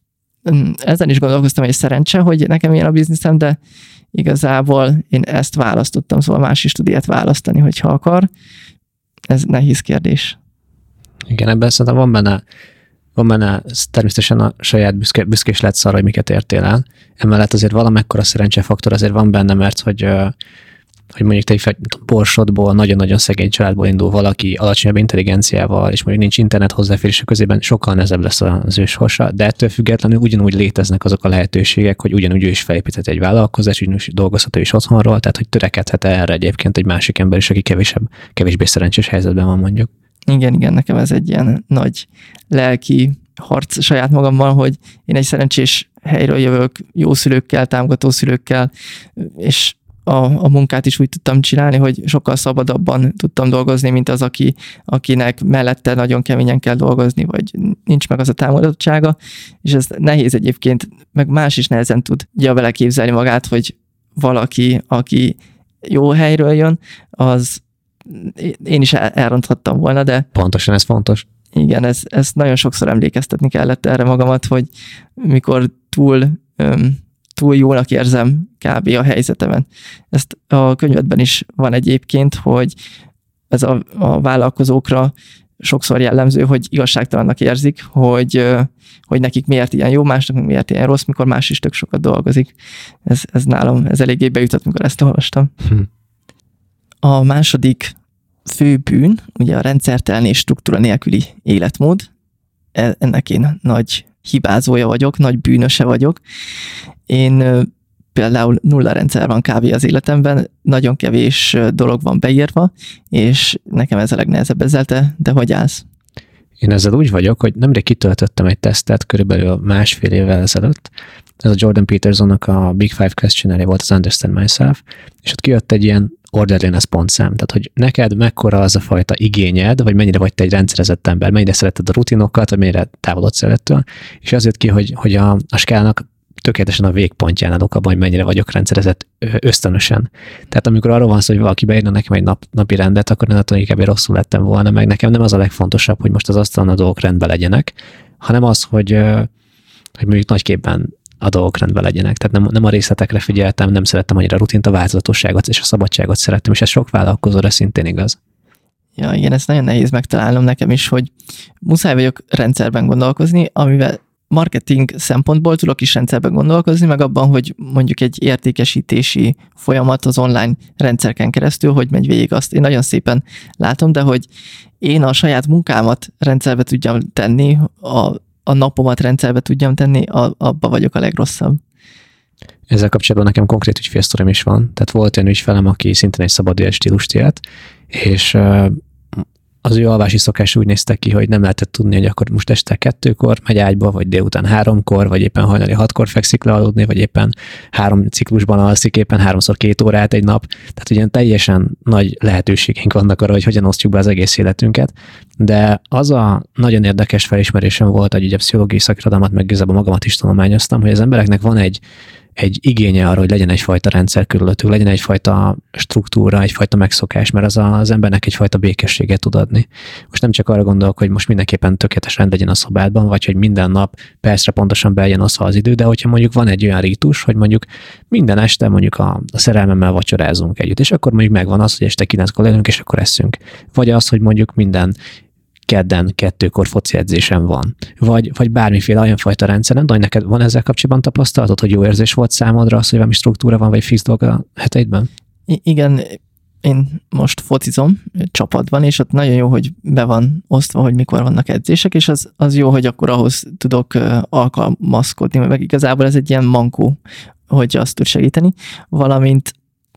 ezen is gondolkoztam, hogy szerencse, hogy nekem ilyen a bizniszem, de igazából én ezt választottam, szóval más is tud ilyet választani, hogyha akar. Ez nehéz kérdés. Igen, ebben szerintem van benne természetesen a saját büszkés lehetsz arra, hogy miket értél el. Emellett azért valamekkora szerencsefaktor azért van benne, mert hogy mondjuk te egy Borsodból, nagyon-nagyon szegény családból indul valaki alacsonyabb intelligenciával, és mondjuk nincs internet hozzáférés közében, sokkal nehezebb lesz az ő sorsa, de ettől függetlenül ugyanúgy léteznek azok a lehetőségek, hogy ugyanúgy ő is felépíthet egy vállalkozást, ugyanúgy dolgozhat ő is otthonról, tehát hogy törekedhet erre egyébként egy másik ember is, aki kevésbé szerencsés helyzetben van mondjuk. Igen, nekem ez egy ilyen nagy lelki harc saját magammal, hogy én egy szerencsés helyről jövök, jó szülőkkel, támogató szülőkkel, és a munkát is úgy tudtam csinálni, hogy sokkal szabadabban tudtam dolgozni, mint az, akinek mellette nagyon keményen kell dolgozni, vagy nincs meg az a támogatottsága, és ez nehéz egyébként, meg más is nehezen tudja vele képzelni magát, hogy valaki, aki jó helyről jön, az én is elronthattam volna, de... Pontosan, ez fontos. Igen, ez nagyon sokszor emlékeztetni kellett erre magamat, hogy mikor túl jónak érzem kb. A helyzetemen. Ezt a könyvedben is van egyébként, hogy ez a vállalkozókra sokszor jellemző, hogy igazságtalannak érzik, hogy nekik miért ilyen jó, másnak miért ilyen rossz, mikor más is tök sokat dolgozik. Ez nálam, ez eléggé bejutott, mikor ezt olvastam. A második fő bűn, ugye a rendszertelen és struktúra nélküli életmód. Ennek én nagy hibázója vagyok, nagy bűnöse vagyok. Én például 0 rendszer van kb. Az életemben, nagyon kevés dolog van beírva, és nekem ez a legnehezebb ezzel, de hogy állsz? Én ezzel úgy vagyok, hogy nemrég kitöltöttem egy tesztet, körülbelül 1,5 évvel ezelőtt. Ez a Jordan Petersonnak a Big Five Questionnaire volt, az Understand Myself, és ott kijött egy ilyen orderliness pontszám, tehát hogy neked mekkora az a fajta igényed, vagy mennyire vagy te egy rendszerezett ember, mennyire szereted a rutinokat, vagy mennyire távolodsz előttől, és az jött ki, hogy a skálának tökéletesen a végpontján adok abban, hogy mennyire vagyok rendszerezett ösztönösen. Tehát amikor arról van szó, hogy valaki beírna nekem egy napi rendet, akkor én attól inkább rosszul lettem volna, meg nekem nem az a legfontosabb, hogy most az asztalon a dolgok rendben legyenek, hanem az, hogy mondjuk nagy képben a dolgok rendben legyenek. Tehát nem a részletekre figyeltem, nem szerettem annyira a rutint, a változatosságot és a szabadságot szerettem, és ez sok vállalkozóra szintén igaz. Ja, igen, ez nagyon nehéz megtalálnom nekem is, hogy muszáj vagyok rendszerben gondolkozni, amivel marketing szempontból tudok is rendszerben gondolkozni, meg abban, hogy mondjuk egy értékesítési folyamat az online rendszerken keresztül, hogy megy végig, azt én nagyon szépen látom, de hogy én a saját munkámat rendszerbe tudjam tenni, a napomat rendszerbe tudjam tenni, abba vagyok a legrosszabb. Ezzel kapcsolatban nekem konkrét ügyfélsztorim is van. Tehát volt olyan ügyfelem, aki szintén egy szabad éles stílust élt, és az ő alvási szokás úgy néztek ki, hogy nem lehetett tudni, hogy akkor most este 2-kor megy ágyba, vagy délután 3-kor, vagy éppen hajnali 6-kor fekszik le aludni, vagy éppen 3 ciklusban alszik, éppen 3-szor 2 órát egy nap. Tehát ugye teljesen nagy lehetőségeink vannak arra, hogy hogyan osztjuk be az egész életünket. De az a nagyon érdekes felismerésem volt, hogy ugye a pszichológiai szakirodalmat, meg igazából magamat is tanulmányoztam, hogy az embereknek van egy igénye arra, hogy legyen egyfajta rendszer körülöttük, legyen egyfajta struktúra, egyfajta megszokás, mert az embernek egyfajta békességet tud adni. Most nem csak arra gondolok, hogy most mindenképpen tökéletes rend legyen a szobádban, vagy hogy minden nap percre pontosan be legyen osztva az idő, de hogyha mondjuk van egy olyan rítus, hogy mondjuk minden este mondjuk a szerelmemmel vacsorázunk együtt, és akkor mondjuk megvan az, hogy este 9-kor legyünk, és akkor eszünk. Vagy az, hogy mondjuk minden kedden 2-kor foci edzésem van. Vagy bármiféle olyan fajta rendszer. Nem tudom, hogy neked van ezzel kapcsolatban tapasztalatod, hogy jó érzés volt számodra az, hogy valami struktúra van, vagy fix dolga a heteidben? Igen, én most focizom csapatban, és ott nagyon jó, hogy be van osztva, hogy mikor vannak edzések, és az jó, hogy akkor ahhoz tudok alkalmazkodni, meg igazából ez egy ilyen mankó, hogy azt tud segíteni, valamint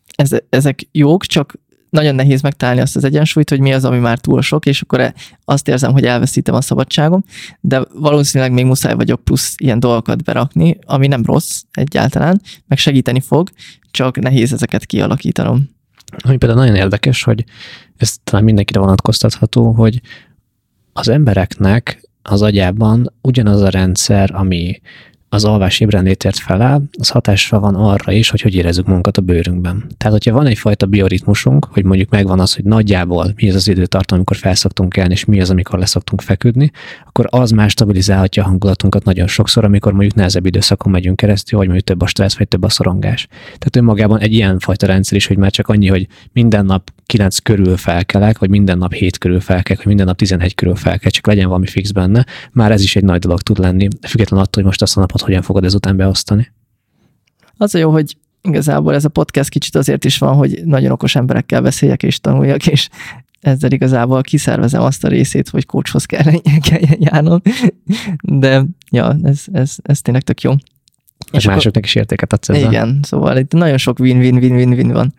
ezek jók, csak nagyon nehéz megtalálni azt az egyensúlyt, hogy mi az, ami már túl sok, és akkor azt érzem, hogy elveszítem a szabadságom, de valószínűleg még muszáj vagyok plusz ilyen dolgokat berakni, ami nem rossz egyáltalán, meg segíteni fog, csak nehéz ezeket kialakítanom. Ami például nagyon érdekes, hogy ez talán mindenkire vonatkoztatható, hogy az embereknek az agyában ugyanaz a rendszer, ami az alvás ébrenlétért feláll, az hatással van arra is, hogy érezzük magunkat a bőrünkben. Tehát, hogyha van egyfajta bioritmusunk, hogy mondjuk megvan az, hogy nagyjából mi az időtartam, amikor felszoktunk kelni, és mi az, amikor leszoktunk feküdni, akkor az már stabilizálhatja a hangulatunkat nagyon sokszor, amikor mondjuk nehezebb időszakon megyünk keresztül, vagy mondjuk több a stressz, vagy több a szorongás. Tehát önmagában egy ilyen fajta rendszer is, hogy már csak annyi, hogy minden nap 9 körül felkelek, vagy minden nap 7 körül felkelek, vagy minden nap 11 körül felkelek, csak legyen valami fix benne, már ez is egy nagy dolog tud lenni, függetlenül attól, hogy most azt a napot hogyan fogod ezután beosztani. Az a jó, hogy igazából ez a podcast kicsit azért is van, hogy nagyon okos emberekkel beszéljek és tanuljak, és ezzel igazából kiszervezem azt a részét, hogy coachhoz kelljen járnom. De ja, ez tényleg tök jó. És másoknak is értéket adsz ezzel. Igen, szóval itt nagyon sok win-win van.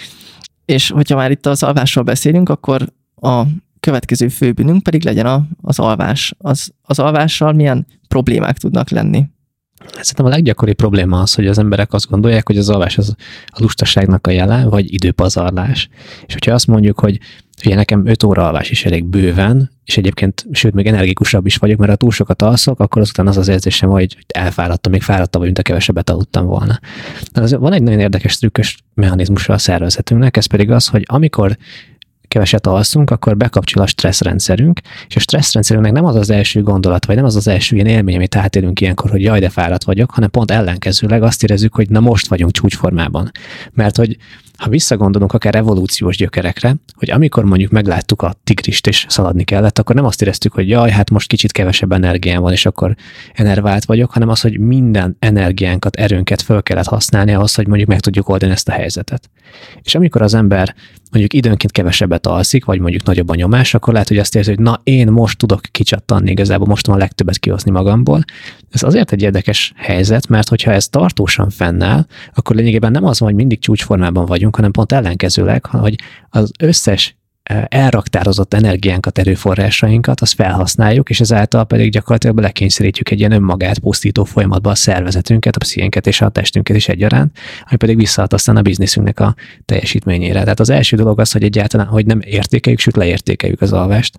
És hogyha már itt az alvásról beszélünk, akkor a következő főbűnünk pedig legyen az alvás. Az alvással milyen problémák tudnak lenni? Szerintem a leggyakoribb probléma az, hogy az emberek azt gondolják, hogy az alvás az a lustaságnak a jele, vagy időpazarlás. És hogyha azt mondjuk, hogy ugye nekem 5 óra alvás is elég bőven, és egyébként, sőt, még energikusabb is vagyok, mert ha túl sokat alszok, akkor azután az érzésem, hogy elfáradtam, még fáradtam vagy, mint a kevesebbet aludtam volna. De van egy nagyon érdekes trükkös mechanizmusa a szervezetünknek, ez pedig az, hogy amikor keveset alszunk, akkor bekapcsol a stresszrendszerünk, és a stresszrendszerünknek nem az az első gondolat, vagy nem az az első ilyen élmény, amit átélünk ilyenkor, hogy jaj, de fáradt vagyok, hanem pont ellenkezőleg azt érezzük, hogy na most vagyunk csúcsformában. Mert hogy ha visszagondolunk akár evolúciós gyökerekre, hogy amikor mondjuk megláttuk a tigrist és szaladni kellett, akkor nem azt éreztük, hogy jaj, hát most kicsit kevesebb energiám van, és akkor enervált vagyok, hanem az, hogy minden energiánkat, erőnket föl kellett használni ahhoz, hogy mondjuk meg tudjuk oldani ezt a helyzetet. És amikor az ember mondjuk időnként kevesebbet alszik, vagy mondjuk nagyobb a nyomás, akkor lehet, hogy azt érzi, hogy na, én most tudok kicsattanni, igazából most tudom a legtöbbet kihozni magamból. Ez azért egy érdekes helyzet, mert hogyha ez tartósan fennáll, akkor lényegében nem az van, hogy mindig csúcsformában vagyunk, hanem pont ellenkezőleg, hogy az összes elraktározott energiánkat, erőforrásainkat, azt felhasználjuk, és ezáltal pedig gyakorlatilag belekényszerítjük egy ilyen önmagát pusztító folyamatba a szervezetünket, a pszichénket és a testünket is egyaránt, ami pedig visszahat aztán a bizniszünknek a teljesítményére. Tehát az első dolog az, hogy egyáltalán, hogy nem értékeljük, sőt leértékeljük az alvást.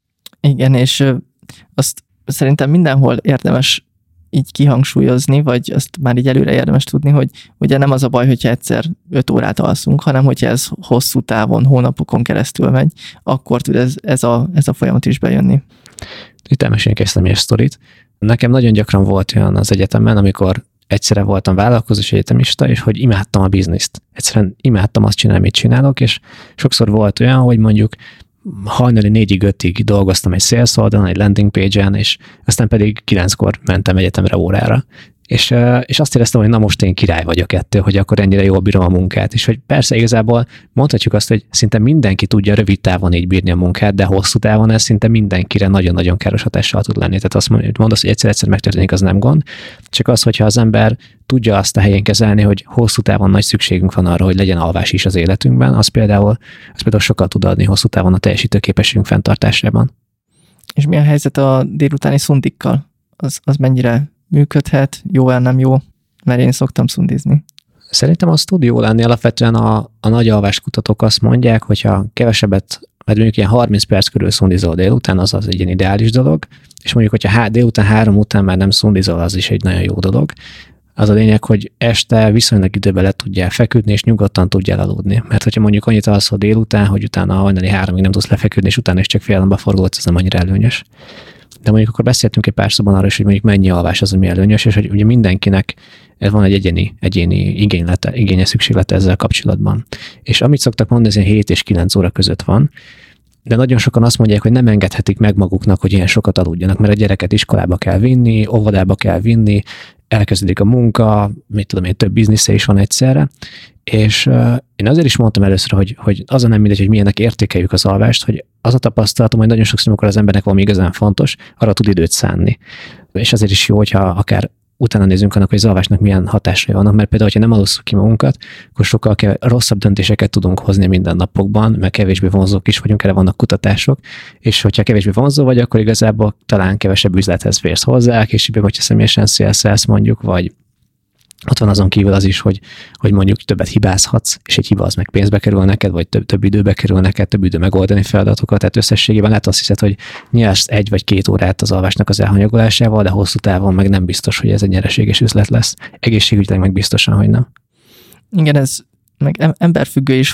Igen, és azt szerintem mindenhol érdemes így kihangsúlyozni, vagy azt már így előre érdemes tudni, hogy ugye nem az a baj, hogyha egyszer 5 órát alszunk, hanem hogyha ez hosszú távon, hónapokon keresztül megy, akkor tud ez a folyamat is bejönni. Itt elmeséljünk egy személyes sztorit. Nekem nagyon gyakran volt olyan az egyetemen, amikor egyszerre voltam vállalkozós egyetemista, és hogy imádtam a bizniszt. Egyszerűen imádtam azt csinálni, amit csinálok, és sokszor volt olyan, hogy mondjuk hajnali 4-5-ig dolgoztam egy sales oldalon, egy landing page-en, és aztán pedig 9-kor mentem egyetemre órára. És azt éreztem, hogy na most én király vagyok ettől, hogy akkor ennyire jól bírom a munkát. És hogy persze igazából mondhatjuk azt, hogy szinte mindenki tudja rövid távon így bírni a munkát, de hosszú távon ez szinte mindenkire nagyon-nagyon káros hatással tud lenni. Tehát azt mondasz, hogy egyszer megtörténik, az nem gond. Csak az, hogyha az ember tudja azt a helyén kezelni, hogy hosszú távon nagy szükségünk van arra, hogy legyen alvás is az életünkben, az például sokkal tud adni hosszú távon a teljesítőképességünk fenntartásában. És mi a helyzet a délutáni szundikkal? Az mennyire működhet, jó-e, nem jó? Mert én szoktam szundizni. Szerintem az tud jó lenni. Alapvetően a nagy alváskutatók azt mondják, hogyha kevesebbet, vagy mondjuk ilyen 30 perc körül szundizol délután, az egy ilyen ideális dolog, és mondjuk, hogyha délután 3 után már nem szundizol, az is egy nagyon jó dolog. Az a lényeg, hogy este viszonylag időben le tudjál feküdni, és nyugodtan tudjál aludni. Mert hogyha mondjuk annyit alszol délután, hogy utána hajnali 3-ig nem tudsz lefeküdni, és utána is csak fél napba forgolódsz, ez nem annyira előnyös. De mondjuk akkor beszéltünk egy pár szóban arra is, hogy mondjuk mennyi alvás az, ami előnyös, és hogy ugye mindenkinek van egy egyéni igénye, szükséglete ezzel kapcsolatban. És amit szoktak mondani, ez 7 és 9 óra között van, de nagyon sokan azt mondják, hogy nem engedhetik meg maguknak, hogy ilyen sokat aludjanak, mert a gyereket iskolába kell vinni, óvodába kell vinni, elkezdődik a munka, több biznisze is van egyszerre, és én azért is mondtam először, hogy az a nem mindegy, hogy milyennek értékeljük az alvást, hogy az a tapasztalatom, hogy nagyon sokszor, amikor az embernek valami igazán fontos, arra tud időt szánni. És azért is jó, hogyha akár utána nézzünk annak, hogy az alvásnak milyen hatásai vannak, mert például, hogyha nem alusszuk ki magunkat, akkor sokkal rosszabb döntéseket tudunk hozni mindennapokban, mert kevésbé vonzók is vagyunk, erre vannak kutatások, és hogyha kevésbé vonzó vagy, akkor igazából talán kevesebb üzlethez férsz hozzá, később, hogyha személyesen szélszelsz mondjuk, vagy ott van azon kívül az is, hogy mondjuk többet hibázhatsz, és egy hiba az meg pénzbe kerül neked, vagy több időbe kerül neked, több idő megoldani feladatokat. Tehát összességében lehet azt hiszed, hogy nyersz 1 vagy 2 órát az alvásnak az elhanyagolásával, de hosszú távon meg nem biztos, hogy ez egy nyereséges üzlet lesz. Egészségügyileg meg biztosan, hogy nem. Igen, ez meg emberfüggő is,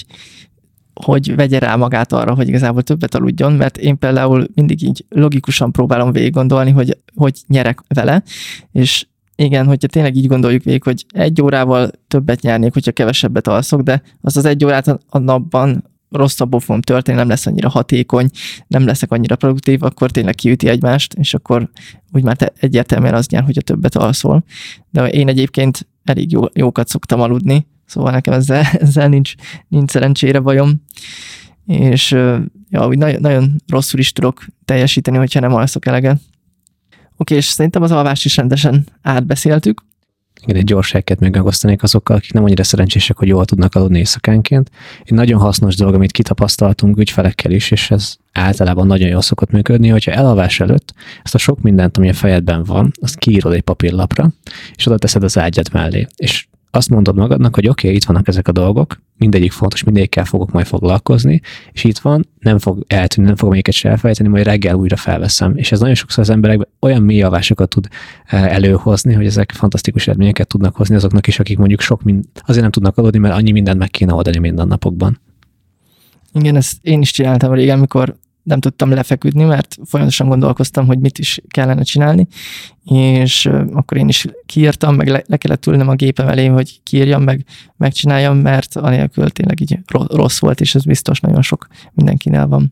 hogy vegye rá magát arra, hogy igazából többet aludjon, mert én például mindig így logikusan próbálom végig gondolni, hogy nyerek vele, és igen, hogyha tényleg így gondoljuk végig, hogy 1 órával többet nyernék, hogyha kevesebbet alszok, de az 1 órát a napban rosszabbul fogom történni, nem lesz annyira hatékony, nem leszek annyira produktív, akkor tényleg kiüti egymást, és akkor úgy már egyértelműen az nyer, hogyha többet alszol. De én egyébként elég jókat szoktam aludni, szóval nekem ezzel nincs szerencsére bajom, és úgy nagyon rosszul is tudok teljesíteni, hogyha nem alszok eleget. Oké, és szerintem az alvást is rendesen átbeszéltük. Igen, egy gyors helyeket még megosztanék azokkal, akik nem annyira szerencsések, hogy jól tudnak aludni éjszakánként. Egy nagyon hasznos dolog, amit kitapasztaltunk ügyfelekkel is, és ez általában nagyon jól szokott működni, hogyha elalvás előtt ezt a sok mindent, ami a fejedben van, azt kiírod egy papírlapra, és oda teszed az ágyad mellé. És azt mondod magadnak, hogy oké, itt vannak ezek a dolgok, mindegyik fontos, mindegyikkel fogok majd foglalkozni, és itt van, nem fog eltűnni, nem fogom melyiket se elfelejteni, majd reggel újra felveszem. És ez nagyon sokszor az emberekben olyan mély alvásokat tud előhozni, hogy ezek fantasztikus eredményeket tudnak hozni azoknak is, akik mondjuk azért nem tudnak aludni, mert annyi mindent meg kéne oldani mindennapokban. Igen, ezt én is csináltam régen, amikor nem tudtam lefeküdni, mert folyamatosan gondolkoztam, hogy mit is kellene csinálni, és akkor én is kiírtam, meg le kellett ülnem a gépem elé, hogy kiírjam, meg megcsináljam, mert anélkül tényleg így rossz volt, és ez biztos nagyon sok mindenkinél van.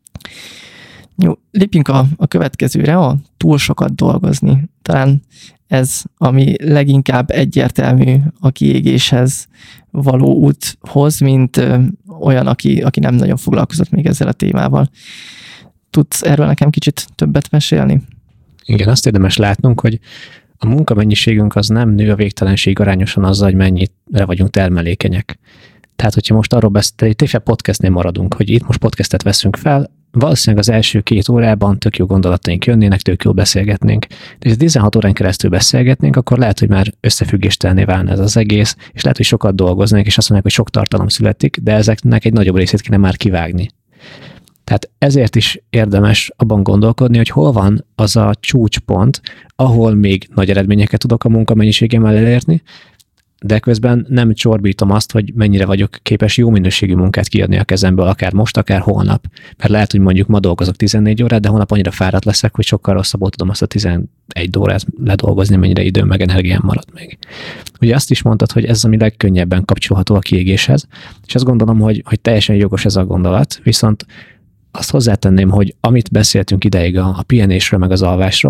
Jó, lépjünk a következőre, a túl sokat dolgozni. Talán ez, ami leginkább egyértelmű a kiégéshez való úthoz, mint olyan, aki nem nagyon foglalkozott még ezzel a témával. Tudsz erről nekem kicsit többet mesélni? Igen, azt érdemes látnunk, hogy a munkamennyiségünk az nem nő a végtelenség arányosan azzal, hogy mennyire vagyunk termelékenyek. Tehát, hogyha most arról beszélünk, tényleg podcastnél maradunk, hogy itt most podcastet veszünk fel, valószínűleg az első 2 órában tök jó gondolataink jönnének, tök jól beszélgetnénk. De ha 16 órán keresztül beszélgetnénk, akkor lehet, hogy már összefüggéstelenné válna ez az egész, és lehet, hogy sokat dolgoznak, és azt mondják, hogy sok tartalom születik, de ezeknek egy nagyobb részét kéne már kivágni. Tehát ezért is érdemes abban gondolkodni, hogy hol van az a csúcspont, ahol még nagy eredményeket tudok a munkamennyiségemmel elérni, de közben nem csorbítom azt, hogy mennyire vagyok képes jó minőségű munkát kiadni a kezemből, akár most, akár holnap. Mert lehet, hogy mondjuk ma dolgozok 14 órát, de holnap annyira fáradt leszek, hogy sokkal rosszabbul tudom azt a 11 órát ledolgozni, mennyire időm meg energiám marad még. Ugye azt is mondtad, hogy ez ami legkönnyebben kapcsolható a kiégéshez, és azt gondolom, hogy teljesen jogos ez a gondolat, viszont azt hozzátenném, hogy amit beszéltünk ideig a pihenésről meg az alvásról,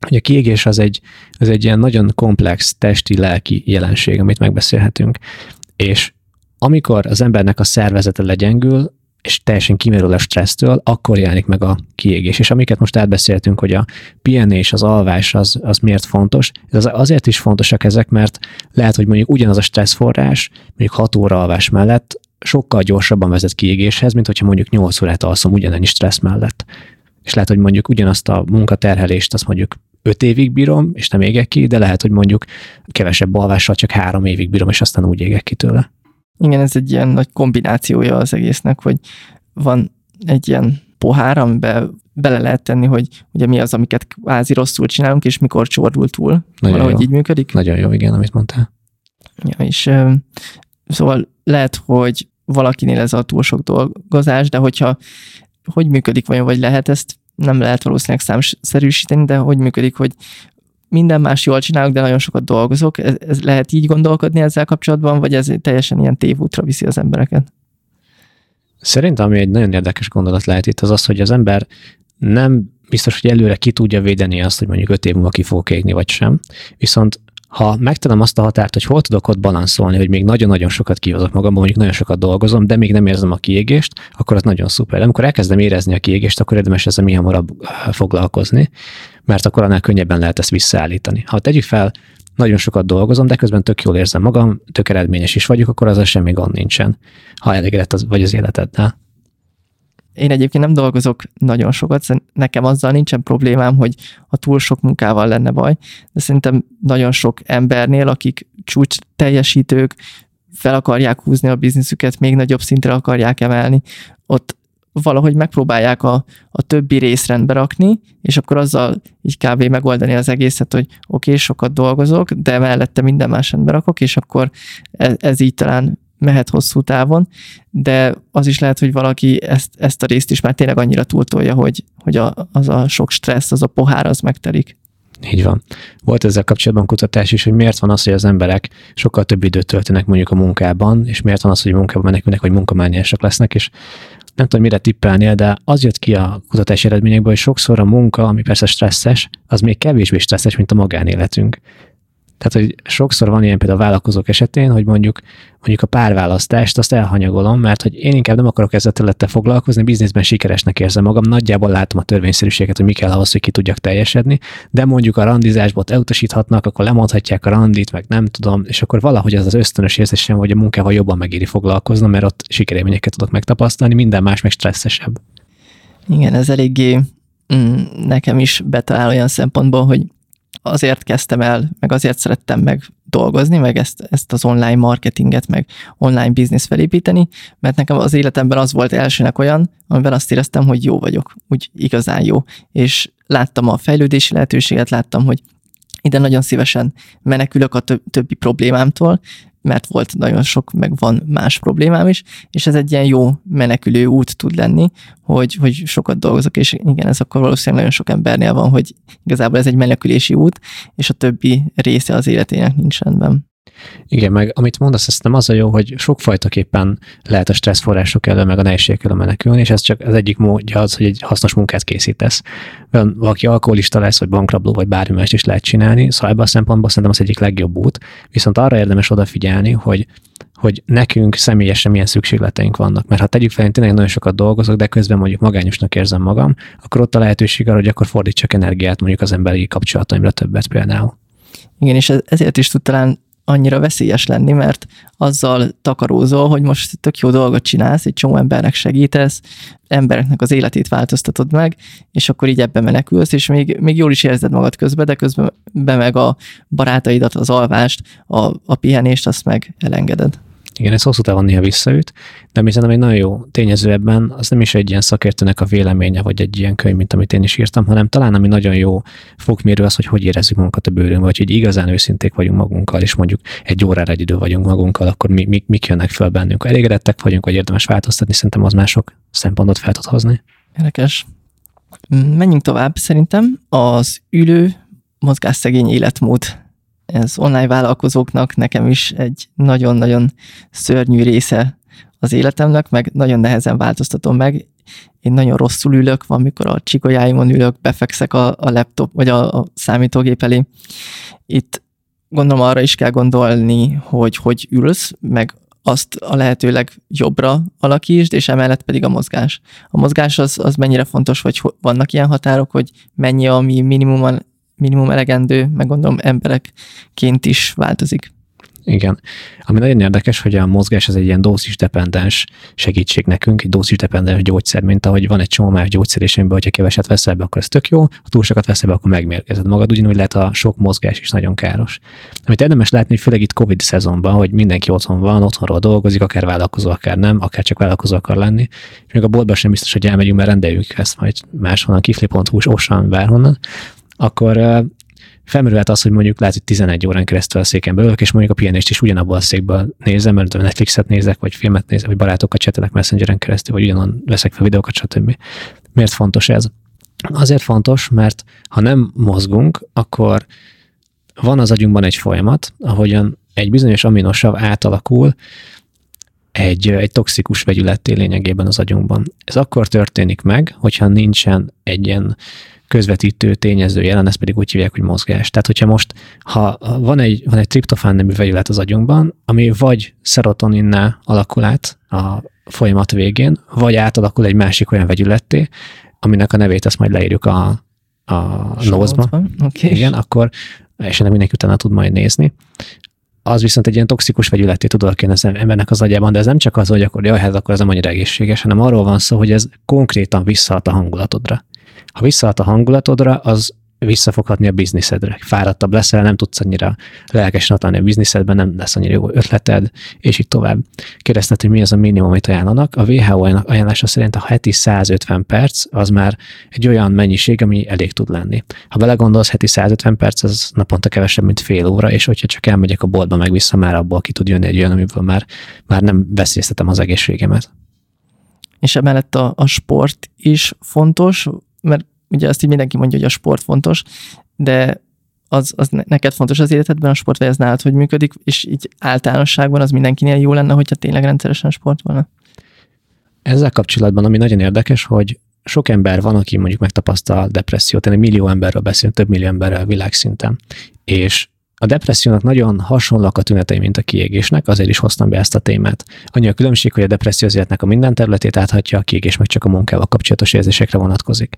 hogy a kiégés az egy ilyen nagyon komplex testi-lelki jelenség, amit megbeszélhetünk. És amikor az embernek a szervezete legyengül, és teljesen kimerül a stressztől, akkor jelenik meg a kiégés. És amiket most átbeszéltünk, hogy a pihenés, az alvás az miért fontos, ez azért is fontosak ezek, mert lehet, hogy mondjuk ugyanaz a stresszforrás, mondjuk 6 óra alvás mellett sokkal gyorsabban vezet kiégéshez, mint hogyha mondjuk 8 órát alszom ugyanennyi stressz mellett. És lehet, hogy mondjuk ugyanazt a munkaterhelést, azt mondjuk 5 évig bírom, és nem égek ki, de lehet, hogy mondjuk kevesebb alvással csak 3 évig bírom, és aztán úgy égek ki tőle. Igen, ez egy ilyen nagy kombinációja az egésznek, hogy van egy ilyen pohár, amiben bele lehet tenni, hogy ugye mi az, amiket kvázi rosszul csinálunk, és mikor csordul túl. Nagyon valahogy jó. Így működik. Nagyon jó, igen, amit mondtál. Ja, és szóval lehet, hogy valakinél ez a túl sok dolgozás, de hogy működik vajon, vagy lehet ezt, nem lehet valószínűleg számszerűsíteni, de hogy működik, hogy minden más jól csinálok, de nagyon sokat dolgozok. Ez lehet így gondolkodni ezzel kapcsolatban, vagy ez teljesen ilyen tévútra viszi az embereket? Szerintem, ami egy nagyon érdekes gondolat lehet itt, az, hogy az ember nem biztos, hogy előre ki tudja védeni azt, hogy mondjuk 5 év múlva ki fogok égni, vagy sem. Viszont ha megtalálom azt a határt, hogy hol tudok ott balanszolni, hogy még nagyon-nagyon sokat kihozok magamban, mondjuk nagyon sokat dolgozom, de még nem érzem a kiégést, akkor az nagyon szuper. De amikor elkezdem érezni a kiégést, akkor érdemes ezzel mihamarabb foglalkozni, mert akkor annál könnyebben lehet ezt visszaállítani. Ha tegyük fel, nagyon sokat dolgozom, de közben tök jól érzem magam, tök eredményes is vagyok, akkor azzal semmi gond nincsen, ha elégedett vagy az életeddel. Én egyébként nem dolgozok nagyon sokat, nekem azzal nincsen problémám, hogy a túl sok munkával lenne baj, de szerintem nagyon sok embernél, akik csúcs teljesítők, fel akarják húzni a bizniszüket, még nagyobb szintre akarják emelni, ott valahogy megpróbálják a többi részt rendbe rakni, és akkor azzal így kb. Megoldani az egészet, hogy oké, sokat dolgozok, de mellette minden más rendbe rakok, és akkor ez így talán mehet hosszú távon, de az is lehet, hogy valaki ezt a részt is már tényleg annyira túltolja, hogy az a sok stressz, az a pohár, az megtelik. Így van. Volt ezzel kapcsolatban kutatás is, hogy miért van az, hogy az emberek sokkal több időt töltenek mondjuk a munkában, és miért van az, hogy munkában menekülnek, vagy munkamániások lesznek, és nem tudom, mire tippelnél, de az jött ki a kutatási eredményekből, hogy sokszor a munka, ami persze stresszes, az még kevésbé stresszes, mint a magánéletünk. Tehát, hogy sokszor van ilyen például a vállalkozók esetén, hogy mondjuk a párválasztást azt elhanyagolom, mert hogy én inkább nem akarok ezzel területtel foglalkozni, bizniszben sikeresnek érzem magam, nagyjából látom a törvényszerűséget, hogy mi kell ahhoz, hogy ki tudjak teljesedni, de mondjuk a randizásból elutasíthatnak, akkor lemondhatják a randit, meg nem tudom, és akkor valahogy az ösztönös érzésem, hogy a munkával jobban megéri foglalkoznom, mert ott sikerélményeket tudok megtapasztalni, minden más meg stresszesebb. Igen, ez eléggé nekem is betalál olyan szempontból, hogy azért kezdtem el, meg azért szerettem meg dolgozni, meg ezt az online marketinget, meg online biznisz felépíteni, mert nekem az életemben az volt elsőnek olyan, amiben azt éreztem, hogy jó vagyok, úgy igazán jó. És láttam a fejlődési lehetőséget, láttam, hogy ide nagyon szívesen menekülök a többi problémámtól, mert volt nagyon sok, meg van más problémám is, és ez egy ilyen jó menekülő út tud lenni, hogy sokat dolgozok, és igen, ez akkor valószínűleg nagyon sok embernél van, hogy igazából ez egy menekülési út, és a többi része az életének nincs rendben. Igen, meg amit mondasz, ez nem az a jó, hogy sokfajtaképpen lehet a stresszforrások elől, meg a nehézségek elől menekülni, és ez csak az egyik módja az, hogy egy hasznos munkát készítesz. Valaki alkoholista lesz, vagy bankrabló, vagy bármi más is lehet csinálni, szóval ebben a szempontból szerintem az egyik legjobb út. Viszont arra érdemes odafigyelni, hogy nekünk személyesen milyen szükségleteink vannak. Mert ha tegyük fel, én tényleg nagyon sokat dolgozok, de közben mondjuk magányosnak érzem magam, akkor ott a lehetőség arra, hogy akkor fordítsak energiát mondjuk az emberi kapcsolataimra többet például. Igen, és ezért is tud talán annyira veszélyes lenni, mert azzal takarózol, hogy most tök jó dolgot csinálsz, egy csomó embernek segítesz, embereknek az életét változtatod meg, és akkor így ebbe menekülsz, és még jól is érzed magad közben, de közben meg a barátaidat, az alvást, a pihenést, azt meg elengeded. Igen, ez hosszú távon néha visszaüt, de ami szerintem egy nagyon jó tényező ebben, az nem is egy ilyen szakértőnek a véleménye, vagy egy ilyen könyv, mint amit én is írtam, hanem talán ami nagyon jó fokmérő az, hogy érezzük magunkat a bőrön, vagy hogy igazán őszinték vagyunk magunkkal, és mondjuk egy órára egyidő vagyunk magunkkal, akkor mik jönnek föl bennünk. Ha elégedettek vagyunk, vagy érdemes változtatni, szerintem az mások szempontot fel tud hozni. Érdekes. Menjünk tovább, szerintem az ülő, mozgásszegény életmód. Ez online vállalkozóknak nekem is egy nagyon-nagyon szörnyű része az életemnek, meg nagyon nehezen változtatom meg. én nagyon rosszul ülök, van, mikor a csikolyáimon ülök, befekszek a laptop, vagy a számítógép elé. Itt gondolom arra is kell gondolni, hogy ülsz, meg azt a lehetőleg jobbra alakítsd, és emellett pedig a mozgás. A mozgás az mennyire fontos, vagy vannak ilyen határok, hogy mennyi, ami minimum elegendő, meg gondolom emberekként is változik. Igen. Ami nagyon érdekes, hogy a mozgás az egy ilyen dózisdependens segítség nekünk, egy dózisdependens gyógyszer, mint ahogy van egy csomó más gyógyszer, és amiben, hogyha keveset veszel be, akkor ez tök jó, ha túl sokat veszel be, akkor megmérgezed magad, ugyanúgy lehet a sok mozgás is nagyon káros. Amit érdemes látni, hogy főleg itt Covid szezonban, hogy mindenki otthon van, otthonról dolgozik, akár vállalkozó, akár nem, akár csak vállalkozó akar lenni, és még a boltban sem biztos, hogy elmegyünk, mert rendeljük ezt majd máshonnan, kifli.hu, Osan, bárhonnan, akkor felmerülhet az, hogy mondjuk lehet, hogy 11 órán keresztül a széken belülök, és mondjuk a pihenést is ugyanabban a székből nézem, mert Netflixet nézek, vagy filmet nézek, vagy barátokat csetelek Messengeren keresztül, vagy ugyanon veszek fel videókat, stb. Miért fontos ez? Azért fontos, mert ha nem mozgunk, akkor van az agyunkban egy folyamat, ahogyan egy bizonyos aminosav átalakul egy toxikus vegyületté lényegében az agyunkban. Ez akkor történik meg, hogyha nincsen egy ilyen közvetítő tényező jelen, ezt pedig úgy hívják, hogy mozgás. Tehát, hogyha most, ha van egy triptofán nemű vegyület az agyunkban, ami vagy szerotoninná alakul át a folyamat végén, vagy átalakul egy másik olyan vegyületté, aminek a nevét ezt majd leírjuk a notes-ba. Okay. Igen, akkor, és ennek mindenki utána tud majd nézni. Az viszont egy ilyen toxikus vegyületté tud alakulni az embernek az agyában, de ez nem csak az, hogy akkor jaj, hát akkor ez nem annyira egészséges, hanem arról van szó, hogy ez konkrétan visszahat a hangulatodra. Ha visszahat a hangulatodra, az visszafoghatni a bizniszedre. Fáradtabb leszel, nem tudsz annyira lelkesen ott lenni a bizniszedben, nem lesz annyira jó ötleted, és így tovább. Kérdezted, hogy mi az a minimum, amit ajánlanak. A WHO ajánlása szerint a heti 150 perc az már egy olyan mennyiség, ami elég tud lenni. Ha belegondolsz, heti 150 perc, az naponta kevesebb, mint fél óra, és hogyha csak elmegyek a boltba meg vissza, már abból ki tud jönni egy olyan, amiből már nem veszélyeztetem az egészségemet. És emellett a sport is fontos, mert ugye azt így mindenki mondja, hogy a sport fontos, de az neked fontos az életedben a sport, vagy ez nálad hogy működik, és így általánosságban az mindenkinél jó lenne, hogyha tényleg rendszeresen sportolna? Ezzel kapcsolatban, ami nagyon érdekes, hogy sok ember van, aki mondjuk megtapasztal depressziót, egy millió emberről beszélünk, több millió emberrel világszinten, és a depressziónak nagyon hasonlóak a tünetei, mint a kiégésnek, azért is hoztam be ezt a témát. Annyi a különbség, hogy a depresszió az életnek a minden területét áthatja, a kiégés meg csak a munkával kapcsolatos érzésekre vonatkozik.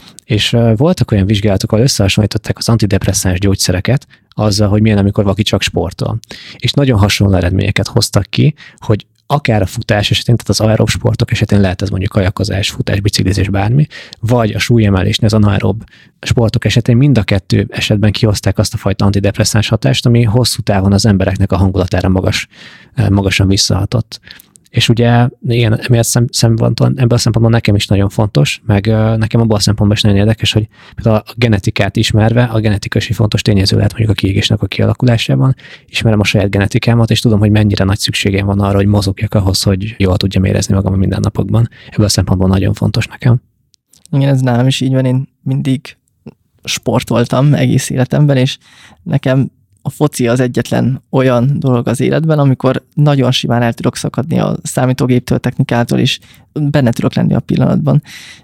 És voltak olyan vizsgálatok, ahol összehasonlították az antidepresszáns gyógyszereket azzal, hogy milyen, amikor valaki csak sportol. És nagyon hasonló eredményeket hoztak ki, hogy akár a futás esetén, tehát az aerob sportok esetén lehet ez mondjuk kajakozás, futás, biciklizés, bármi, vagy a súlyemelésnél az anaerob sportok esetén mind a kettő esetben kihozták azt a fajta antidepresszáns hatást, ami hosszú távon az embereknek a hangulatára magasan visszahatott. És ugye ilyen ebből a szempontból nekem is nagyon fontos, meg nekem abban a szempontból is nagyon érdekes, hogy a genetikát ismerve, a genetika is egy fontos tényező lehet mondjuk a kiégésnek a kialakulásában, ismerem a saját genetikámat, és tudom, hogy mennyire nagy szükségem van arra, hogy mozogjak ahhoz, hogy jól tudjam érezni magam a mindennapokban. Ebből a szempontból nagyon fontos nekem. Igen, ez nálam is így van, én mindig sportoltam egész életemben, és nekem a foci az egyetlen olyan dolog az életben, amikor nagyon simán el tudok szakadni a számítógéptől, technikától, és benne tudok lenni a pillanatban.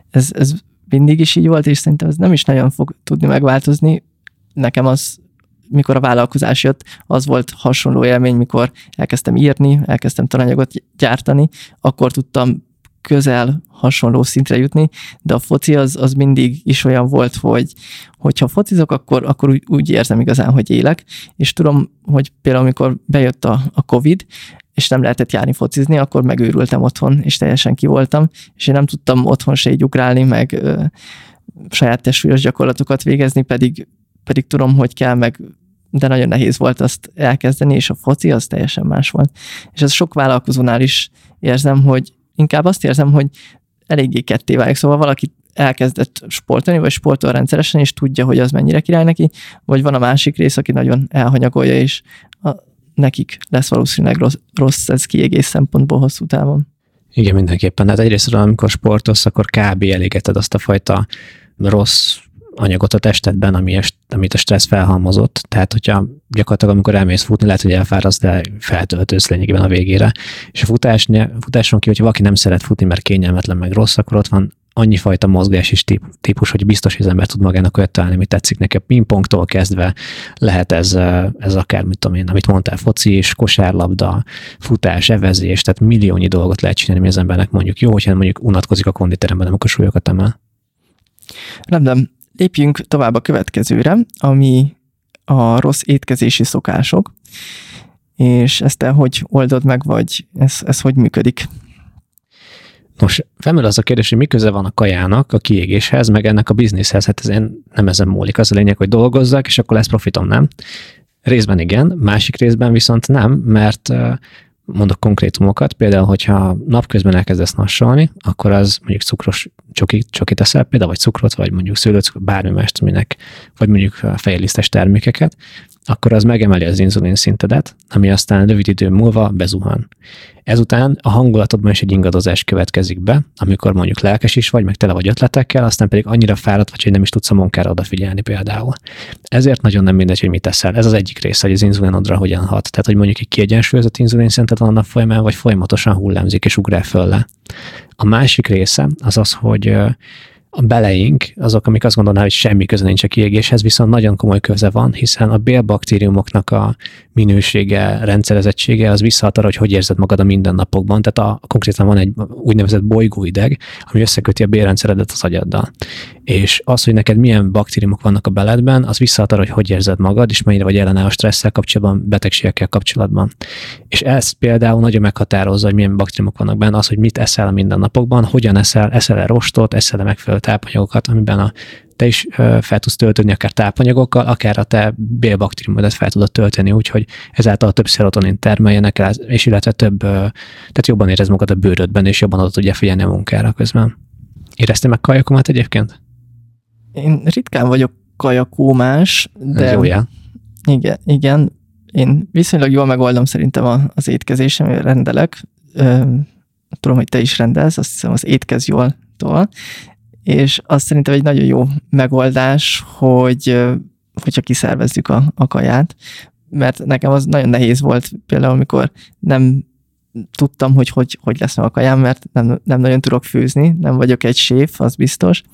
Ez mindig is így volt, és szerintem ez nem is nagyon fog tudni megváltozni. Nekem az, mikor a vállalkozás jött, az volt hasonló élmény, mikor elkezdtem írni, elkezdtem tananyagot gyártani, akkor tudtam közel hasonló szintre jutni, de a foci az mindig is olyan volt, hogyha focizok, akkor úgy érzem igazán, hogy élek, és tudom, hogy például amikor bejött a Covid, és nem lehetett járni focizni, akkor megőrültem otthon, és teljesen ki voltam, és én nem tudtam otthon se így ugrálni, meg saját testsúlyos gyakorlatokat végezni, pedig tudom, hogy kell, de nagyon nehéz volt azt elkezdeni, és a foci az teljesen más volt. És ez sok vállalkozónál is érzem, hogy inkább azt érzem, hogy eléggé ketté válik. Szóval valaki elkezdett sportolni, vagy sportol rendszeresen, és tudja, hogy az mennyire király neki, vagy van a másik rész, aki nagyon elhanyagolja, és nekik lesz valószínűleg rossz ez kiégés szempontból hosszú távon. Igen, mindenképpen. Hát egyrészt, amikor sportolsz, akkor kb. Elégeted azt a fajta rossz anyagot a testedben, amit a stressz felhalmozott. Tehát, hogyha gyakorlatilag amikor elmész futni, lehet, hogy elfáradsz, de feltöltődsz lényegében a végére. És a futáson ki, hogyha valaki nem szeret futni, mert kényelmetlen, meg rossz, akkor ott van annyi fajta mozgás is típus, hogy biztos, hogy az ember tud magának olyat találni, ami tetszik neki. Pingpongtól kezdve lehet ez akár, mit tudom én, amit mondtál, foci és kosárlabda, futás, evezés, tehát milliónyi dolgot lehet csinálni, ami az embernek mondjuk jó, hogyha mondjuk unatkozik a konditeremben, amikor súlyokat emel. Rendben, lépjünk tovább a következőre, ami a rossz étkezési szokások, és ezt te hogy oldod meg, vagy ez hogy működik? Nos, felmerül az a kérdés, hogy mi köze van a kajának a kiégéshez, meg ennek a bizniszhez. Hát ez nem ezen múlik. Az a lényeg, hogy dolgozzak, és akkor lesz profitom, nem? Részben igen, másik részben viszont nem, mert mondok konkrétumokat, például, hogyha napközben elkezdesz nassolni, akkor az mondjuk cukros csokit eszel, például, vagy cukrot, vagy mondjuk szőlőcukrot, bármi mást, vagy mondjuk fejlisztes termékeket, akkor az megemeli az inzulin szintedet, ami aztán rövid idő múlva bezuhan. Ezután a hangulatodban is egy ingadozás következik be, amikor mondjuk lelkes is vagy, meg tele vagy ötletekkel, aztán pedig annyira fáradt vagy, hogy nem is tudsz a munkára odafigyelni például. Ezért nagyon nem mindegy, hogy mit teszel. Ez az egyik része, hogy az inzulinodra hogyan hat. Tehát, hogy mondjuk egy kiegyensúlyozott inzulin szinted van a nap folyamán, vagy folyamatosan hullámzik és ugrál föl le. A másik része az az, hogy a beleink, azok, amik azt gondolná, hogy semmi köze nincs a kiégéshez, viszont nagyon komoly köze van, hiszen a bélbaktériumoknak a minősége, rendszerezettsége az visszahat arra, hogy érzed magad a mindennapokban. Tehát konkrétan van egy úgynevezett bolygóideg, ami összeköti a bélrendszeredet az agyaddal. És az, hogy neked milyen baktériumok vannak a beledben, az visszahat arra, hogy érzed magad, és mennyire vagy ellenálló stresszel kapcsolatban, betegségekkel kapcsolatban. És ez például nagyon meghatározza, hogy milyen baktériumok vannak benne, az, hogy mit eszel a mindennapokban, hogyan eszel-e rostot, eszel-e megfelelő tápanyagokat, amiben te is fel tudsz töltődni akár tápanyagokkal, akár a te bélbaktériumodat fel tudod tölteni, úgyhogy ezáltal több szerotonin termeljenek, és illetve tehát jobban érez magad a bőrödben, és jobban oda tudja figyelni a munkára közben. Éreztél meg kajakómát egyébként? Én ritkán vagyok kajakómás, de... Ez jó jel. Igen. Én viszonylag jól megoldom szerintem az étkezésem, rendelek. Tudom, hogy te is rendelsz, azt hiszem az Étkezz Jól-tól. És azt szerintem egy nagyon jó megoldás, hogyha kiszervezzük a kaját, mert nekem az nagyon nehéz volt például, amikor nem tudtam, hogy lesz meg a kajám, mert nem nagyon tudok főzni, nem vagyok egy séf, az biztos.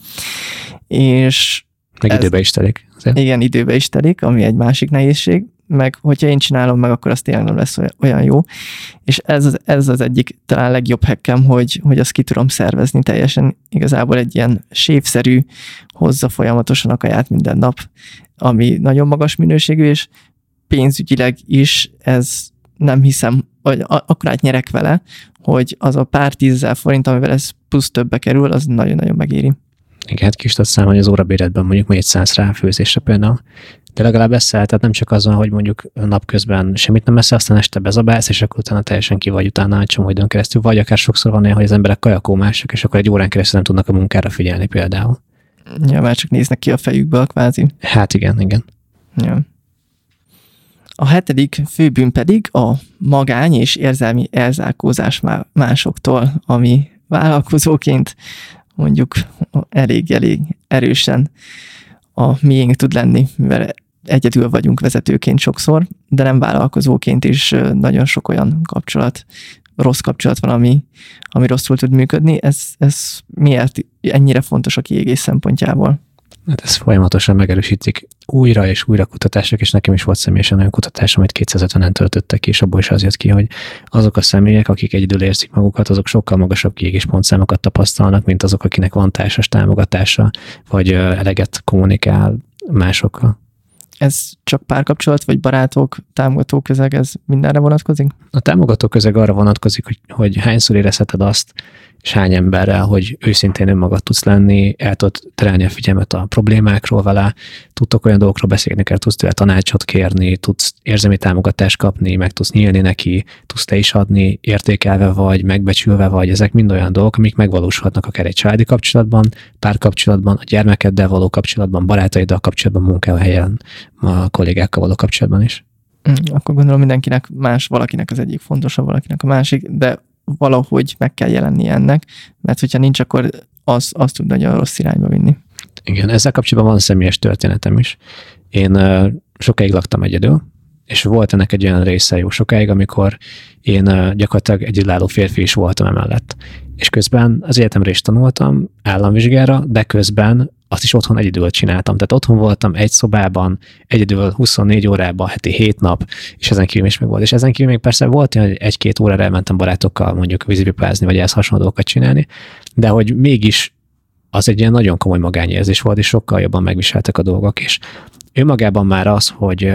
És meg időbe is telik. Azért. Igen, időbe is telik, ami egy másik nehézség, meg hogyha én csinálom meg, akkor az tényleg nem lesz olyan jó. És ez az egyik talán legjobb hackem, hogy azt ki tudom szervezni teljesen. Igazából egy ilyen séfszerű hozza folyamatosan a kaját minden nap, ami nagyon magas minőségű, és pénzügyileg is ez nem hiszem, hogy akkorát nyerek vele, hogy az a pár 10 000 forint, amivel ez plusz többbe kerül, az nagyon-nagyon megéri. Igen, hát ki is tudsz számolni, hogy az órabéredben mondjuk 400 rá főzésre például. De legalább eszel, tehát nem csak az van, hogy mondjuk napközben semmit nem eszel, aztán este bezabálsz, és akkor utána teljesen ki vagy utána egy csomó időn keresztül, vagy akár sokszor van olyan, hogy az emberek kajakómások, és akkor egy órán keresztül nem tudnak a munkára figyelni például. Ja, már csak néznek ki a fejükből kvázi. Hát igen. Ja. A 7. főbűn pedig a magány és érzelmi elzárkózás másoktól, ami vállalkozóként mondjuk elég erősen a miénk tud lenni, mivel egyedül vagyunk vezetőként sokszor, de nem vállalkozóként is nagyon sok olyan rossz kapcsolat van, ami rosszul tud működni. Ez miért ennyire fontos a kiégés szempontjából? Hát ez folyamatosan megerősítik újra és újra kutatások, és nekem is volt személyesen olyan kutatás, amit 250-en töltöttek ki, és abból is az jött ki, hogy azok a személyek, akik egyedül érzik magukat, azok sokkal magasabb kiégéspontszámokat tapasztalnak, mint azok, akinek van társas támogatása, vagy eleget kommunikál másokkal. Ez csak párkapcsolat, vagy barátok, támogató közeg, ez mindenre vonatkozik? A támogató közeg arra vonatkozik, hogy hányszor érezheted azt, és hány emberrel, hogy őszintén önmagad tudsz lenni, el tudod terelni a figyelmet a problémákról vele, tudtok olyan dolgokról beszélni, kell tudsz tőle tanácsot kérni, tudsz érzelmi támogatást kapni, meg tudsz nyílni neki, tudsz te is adni, értékelve vagy, megbecsülve vagy, ezek mind olyan dolgok, amik megvalósulhatnak akár egy családi kapcsolatban, párkapcsolatban, a gyermekeddel való kapcsolatban, barátaiddal kapcsolatban, munkahelyen, a kollégákkal való kapcsolatban is. Akkor gondolom mindenkinek más, valakinek az egyik fontosabb, valakinek a másik, de valahogy meg kell jelenni ennek, mert hogyha nincs, akkor az tud nagyon rossz irányba vinni. Igen, ezzel kapcsolatban van személyes történetem is. Én sokáig laktam egyedül, és volt ennek egy olyan része jó sokáig, amikor én gyakorlatilag egyedülálló férfi is voltam emellett. És közben az egyetemre is tanultam, államvizsgára, de közben azt is otthon egyedül csináltam. Tehát otthon voltam egy szobában, egyedül 24 órában, heti 7 nap, és ezen kívül is meg volt. És ezen kívül még persze volt olyan, hogy 1-2 órára elmentem barátokkal mondjuk vízipipázni, vagy ehhez hasonló dolgokat csinálni, de hogy mégis az egy ilyen nagyon komoly magányérzés volt, és sokkal jobban megviseltek a dolgok, és önmagában már az, hogy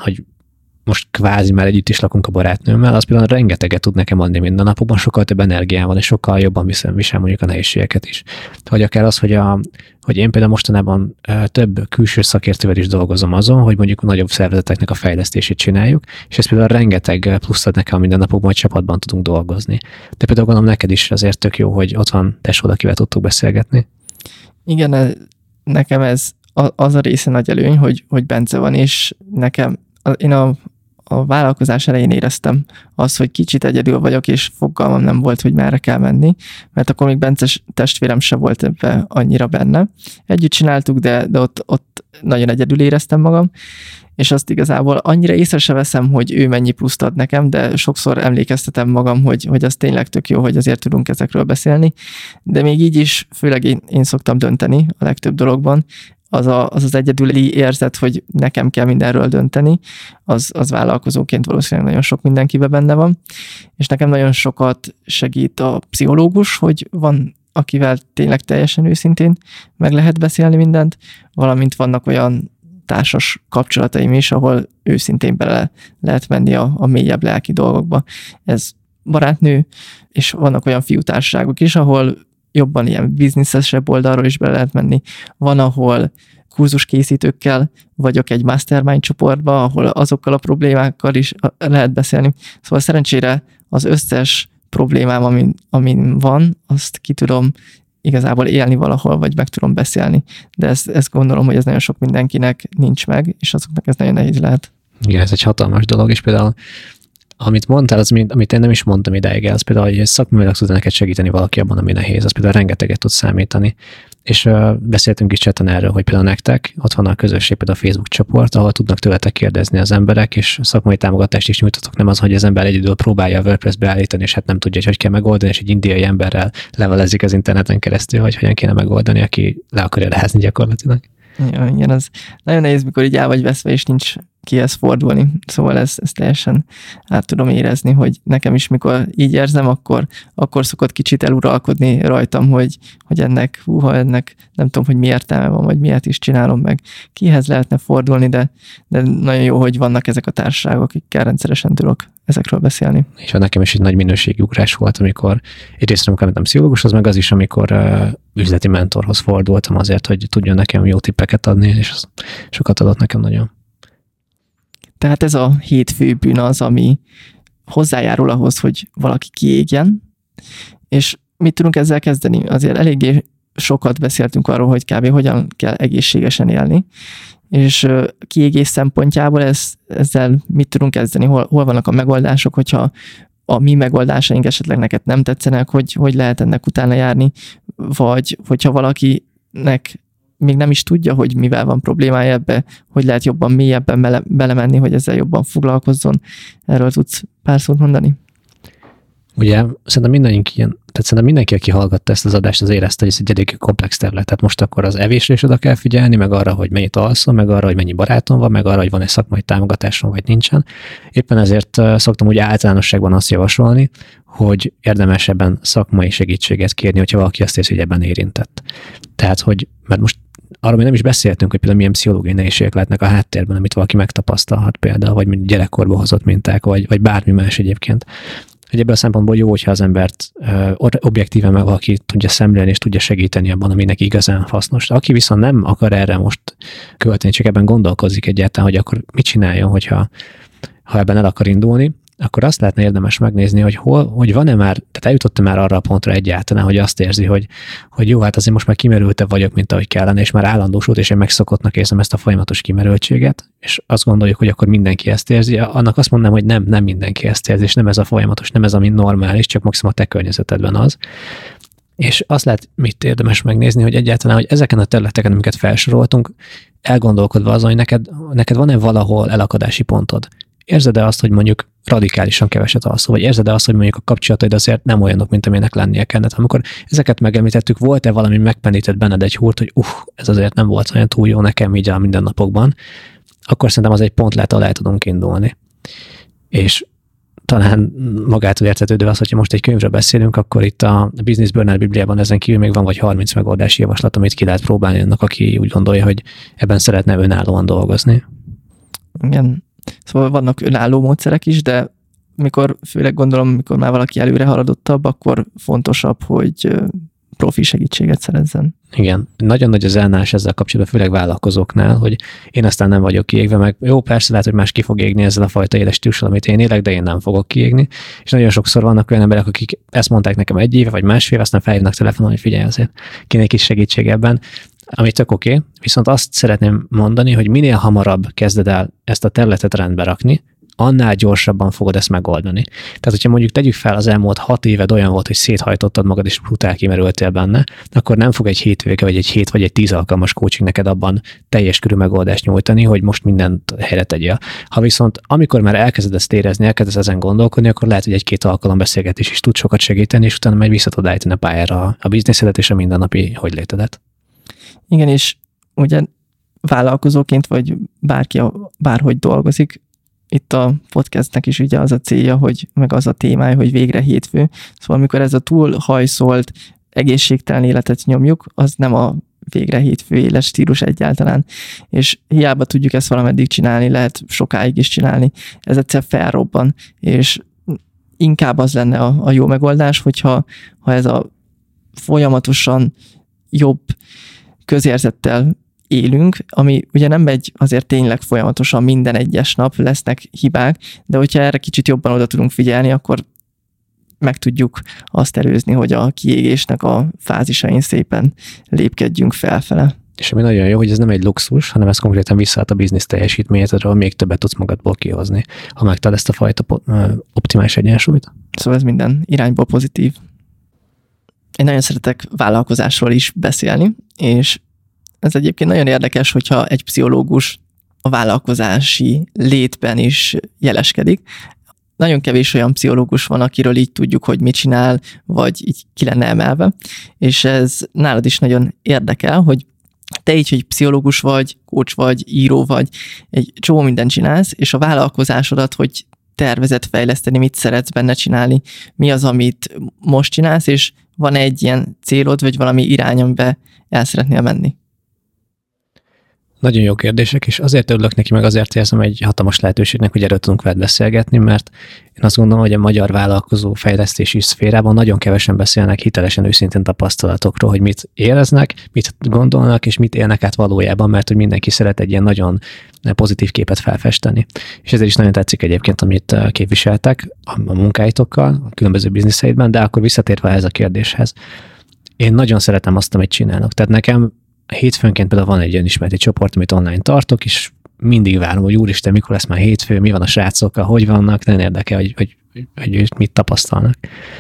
most kvázi már együtt is lakunk a barátnőmmel, az például rengeteget tud nekem adni minden napokban, sokkal több energiám van, és sokkal jobban visel mondjuk a nehézségeket is. Vagy akár az, hogy én például mostanában több külső szakértővel is dolgozom azon, hogy mondjuk nagyobb szervezeteknek a fejlesztését csináljuk, és ez például rengeteg plusz ad nekem a mindennapokban, hogy csapatban tudunk dolgozni. De például gondolom neked is azért tök jó, hogy ott van tesód, akivel tudtuk beszélgetni. Igen, nekem ez az a része nagy előny, hogy Bence van, és én a vállalkozás elején éreztem azt, hogy kicsit egyedül vagyok, és fogalmam nem volt, hogy merre kell menni, mert akkor még Bence testvérem se volt ebbe annyira benne. Együtt csináltuk, de ott nagyon egyedül éreztem magam, és azt igazából annyira észre se veszem, hogy ő mennyi pluszt ad nekem, de sokszor emlékeztetem magam, hogy az tényleg tök jó, hogy azért tudunk ezekről beszélni, de még így is, főleg én szoktam dönteni a legtöbb dologban, az egyedüli érzet, hogy nekem kell mindenről dönteni, az vállalkozóként valószínűleg nagyon sok mindenkibe benne van, és nekem nagyon sokat segít a pszichológus, hogy van, akivel tényleg teljesen őszintén meg lehet beszélni mindent, valamint vannak olyan társas kapcsolataim is, ahol őszintén bele lehet menni a mélyebb lelki dolgokba. Ez barátnő, és vannak olyan fiútársaságok is, ahol jobban ilyen bizniszesebb oldalról is bele lehet menni. Van, ahol kurzus-készítőkkel vagyok egy mastermind csoportban, ahol azokkal a problémákkal is lehet beszélni. Szóval szerencsére az összes problémám, amin van, azt ki tudom igazából élni valahol, vagy meg tudom beszélni. De ezt gondolom, hogy ez nagyon sok mindenkinek nincs meg, és azoknak ez nagyon nehéz lehet. Igen, ez egy hatalmas dolog, és például amit mondtál, az, amit én nem is mondtam ideig, az például, hogy szakmailag tud neked segíteni valaki abban, ami nehéz, az például rengeteget tud számítani. És beszéltünk is chaten erről, hogy például nektek ott van a közösség, például a Facebook csoport, ahol tudnak tőletek kérdezni az emberek, és szakmai támogatást is nyújtatok, nem az, hogy az ember egyedül próbálja a WordPress-be állítani, és hát nem tudja, hogy kell megoldani, és egy indiai emberrel levelezik az interneten keresztül, hogy hogyan kéne megoldani, aki le akarja rázni gyakorlatilag. Ja, igen, az nagyon nehéz, mikor így el vagy veszve, és nincs kihez fordulni. Szóval ezt teljesen át tudom érezni, hogy nekem is, mikor így érzem, akkor szokott kicsit eluralkodni rajtam, hogy ennek nem tudom, hogy mi értelme van, vagy miért is csinálom meg. Kihez lehetne fordulni, de nagyon jó, hogy vannak ezek a társaságok, akikkel rendszeresen tudok ezekről beszélni. És nekem is egy nagy minőségi ugrás volt, amikor egyrészt amikor mentem pszichológushoz, meg az is, amikor üzleti mentorhoz fordultam azért, hogy tudjon nekem jó tippeket adni, és az sokat adott nekem nagyon. Tehát ez a 7 fő bűn az, ami hozzájárul ahhoz, hogy valaki kiégjen, és mit tudunk ezzel kezdeni? Azért eléggé sokat beszéltünk arról, hogy kb. Hogyan kell egészségesen élni, és kiégés szempontjából ezzel mit tudunk kezdeni? Hol vannak a megoldások, hogyha a mi megoldásaink esetleg neked nem tetszenek, hogy lehet ennek utána járni, vagy hogyha valakinek még nem is tudja, hogy mivel van problémája ebbe, hogy lehet jobban, mélyebben belemenni, hogy ezzel jobban foglalkozzon. Erről tudsz pár szót mondani? Ugye szerintem mindenki, aki hallgatta ezt az adást, az érezte, hogy ez egy eléggé komplex terület. Tehát most akkor az evésre is oda kell figyelni, meg arra, hogy mennyit alszom, meg arra, hogy mennyi barátom van, meg arra, hogy van egy szakmai támogatásom, vagy nincsen. Éppen ezért szoktam úgy általánosságban azt javasolni, hogy érdemes ebben szakmai segítséget kérni, hogyha valaki azt érzi, hogy ebben érintett. Tehát, mert most arról még nem is beszéltünk, hogy például milyen pszichológiai nehézségek lehetnek a háttérben, amit valaki megtapasztalhat például, vagy gyerekkorból hozott minták, vagy bármi más egyébként. Hogy ebből a szempontból jó, hogyha az embert objektíven meg valaki tudja szemlélni, és tudja segíteni abban, ami neki igazán hasznos. Aki viszont nem akar erre most költeni, csak ebben gondolkozik egyáltalán, hogy akkor mit csináljon, ha ebben el akar indulni, akkor azt lehetne érdemes megnézni, hogy van-e már, tehát eljutott-e már arra a pontra egyáltalán, hogy azt érzi, hogy jó, hát azért most már kimerültebb vagyok, mint ahogy kellene, és már állandósult, és én megszokottnak érzem ezt a folyamatos kimerültséget, és azt gondoljuk, hogy akkor mindenki ezt érzi. Annak azt mondanám, hogy nem mindenki ezt érzi, és nem ez a folyamatos, nem ez, ami normális, csak maximum a te környezetedben az. És azt lehet mit érdemes megnézni, hogy egyáltalán, hogy ezeken a területeken, amiket felsoroltunk, elgondolkodva azon, hogy neked van-e valahol elakadási pontod? Érzed-e azt, hogy mondjuk radikálisan keveset alszol, vagy érzed-e azt, hogy mondjuk a kapcsolataid azért nem olyanok, mint amilyenek lennie kellene? Amikor ezeket megemlítettük, volt-e valami megpenített benned egy húrt, hogy ez azért nem volt olyan túl jó nekem így a mindennapokban, akkor szerintem az egy pont lehet, ahol el tudunk indulni. És talán magától értetődő az, hogyha most egy könyvről beszélünk, akkor itt a Business Burner Bibliában ezen kívül még van vagy 30 megoldási javaslat, amit ki lehet próbálni annak, aki úgy gondolja, hogy ebben szeretne önállóan dolgozni. Igen. Szóval vannak önálló módszerek is, de főleg gondolom, mikor már valaki előre haladottabb, akkor fontosabb, hogy profi segítséget szerezzen. Igen. Nagyon nagy az ellenállás ezzel kapcsolatban, főleg vállalkozóknál, hogy én aztán nem vagyok kiégve, meg jó, persze lehet, hogy más ki fog égni ezzel a fajta éles stílussal, amit én élek, de én nem fogok kiégni. És nagyon sokszor vannak olyan emberek, akik ezt mondták nekem egy éve vagy másfél éve, aztán felhívnak telefonon, hogy figyelj, azért kéne egy kis segítség ebben, ami tök oké. Viszont azt szeretném mondani, hogy minél hamarabb kezded el ezt a területet rendbe rakni, annál gyorsabban fogod ezt megoldani. Tehát, hogyha mondjuk tegyük fel, az elmúlt 6 éved olyan volt, hogy széthajtottad magad, és brutál kimerültél benne, akkor nem fog egy hétvége, vagy egy 7 vagy egy 10 alkalmas coaching neked abban teljes körű megoldást nyújtani, hogy most mindent helyre tegyél. Ha viszont amikor már elkezded ezt érezni, elkezdesz ezen gondolkodni, akkor lehet, hogy egy-két alkalom beszélgetés is tud sokat segíteni, és utána meg vissza tudod állítani a pályára a bizniszedet és a mindennapi hogylétedet. Igen, és ugye vállalkozóként, vagy bárki bárhogy dolgozik, itt a podcastnek is ugye az a célja, hogy meg az a témája, hogy végre hétfő. Szóval amikor ez a túlhajszolt, egészségtelen életet nyomjuk, az nem a végre hétfő éles stílus egyáltalán. És hiába tudjuk ezt valameddig csinálni, lehet sokáig is csinálni. Ez egyszer felrobban, és inkább az lenne a jó megoldás, hogyha ez a folyamatosan jobb közérzettel élünk, ami ugye nem megy azért tényleg folyamatosan minden egyes nap, lesznek hibák, de hogyha erre kicsit jobban oda tudunk figyelni, akkor meg tudjuk azt előzni, hogy a kiégésnek a fázisain szépen lépkedjünk felfele. És ami nagyon jó, hogy ez nem egy luxus, hanem ez konkrétan visszaállt a biznisz teljesítményedről, még többet tudsz magadból kihozni, ha megtalálod ezt a fajta optimális egyensúlyt. Szóval ez minden irányból pozitív. Én nagyon szeretek vállalkozásról is beszélni, és ez egyébként nagyon érdekes, hogyha egy pszichológus a vállalkozási létben is jeleskedik. Nagyon kevés olyan pszichológus van, akiről így tudjuk, hogy mit csinál, vagy így ki lenne emelve. És ez nálad is nagyon érdekel, hogy te így, hogy pszichológus vagy, coach vagy, író vagy, egy csomó mindent csinálsz, és a vállalkozásodat, hogy tervezed fejleszteni, mit szeretsz benne csinálni, mi az, amit most csinálsz, és van egy ilyen célod, vagy valami irány, amiben el szeretnél menni? Nagyon jó kérdések, és azért örülök neki, meg azért érzem egy hatalmas lehetőségnek, hogy erről tudunk veled beszélgetni, mert én azt gondolom, hogy a magyar vállalkozó fejlesztési szférában nagyon kevesen beszélnek hitelesen, őszintén tapasztalatokról, hogy mit éreznek, mit gondolnak, és mit élnek át valójában, mert hogy mindenki szeret egy ilyen nagyon pozitív képet felfesteni. És ezért is nagyon tetszik egyébként, amit képviseltek a munkáitokkal, a különböző bizniszeidben, de akkor visszatérve ez a kérdéshez. Én nagyon szeretem azt, amit csinálnak. Tehát nekem hétfőnként például van egy olyan ismereti csoport, amit online tartok, és mindig várom, hogy úristen, mikor lesz már hétfő, mi van a srácokkal, hogy vannak, nagyon érdekel, hogy mit tapasztalnak.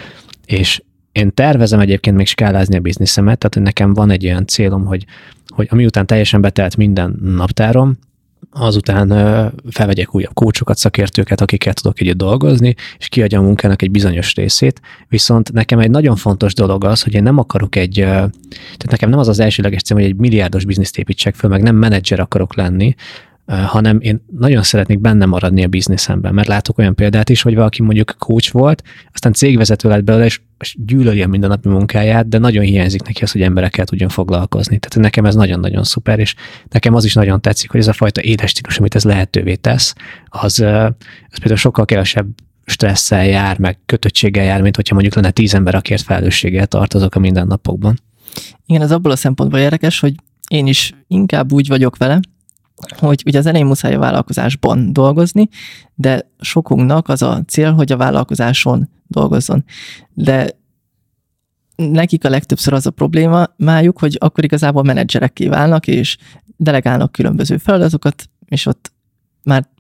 És én tervezem egyébként még skálázni a bizniszemet, tehát nekem van egy olyan célom, hogy ami után teljesen betelt minden naptárom, azután felvegyek újabb coachokat, szakértőket, akikkel tudok együtt dolgozni, és kiadjam a munkának egy bizonyos részét. Viszont nekem egy nagyon fontos dolog az, hogy én nem akarok tehát nekem nem az az elsőleges célom, hogy egy milliárdos bizniszt építsek föl, meg nem menedzser akarok lenni, hanem én nagyon szeretnék benne maradni a bizniszemben, mert látok olyan példát is, hogy valaki mondjuk coach volt, aztán cégvezető lett belőle, és gyűlöli a mindennapi munkáját, de nagyon hiányzik neki az, hogy emberekkel tudjon foglalkozni. Tehát nekem ez nagyon-nagyon szuper, és nekem az is nagyon tetszik, hogy ez a fajta éles stílus, amit ez lehetővé tesz, az például sokkal kevesebb stresszel jár, meg kötöttséggel jár, mint hogyha mondjuk lenne 10 ember, akiért felelősséggel tartozok a mindennapokban. Igen, ez abból a szempontból érdekes, hogy én is inkább úgy vagyok vele, hogy ugye az elején muszáj a vállalkozásban dolgozni, de sokunknak az a cél, hogy a vállalkozáson dolgozzon. De nekik a legtöbbször az a problémájuk, hogy akkor igazából menedzserekké válnak, és delegálnak különböző feladatokat, és ott már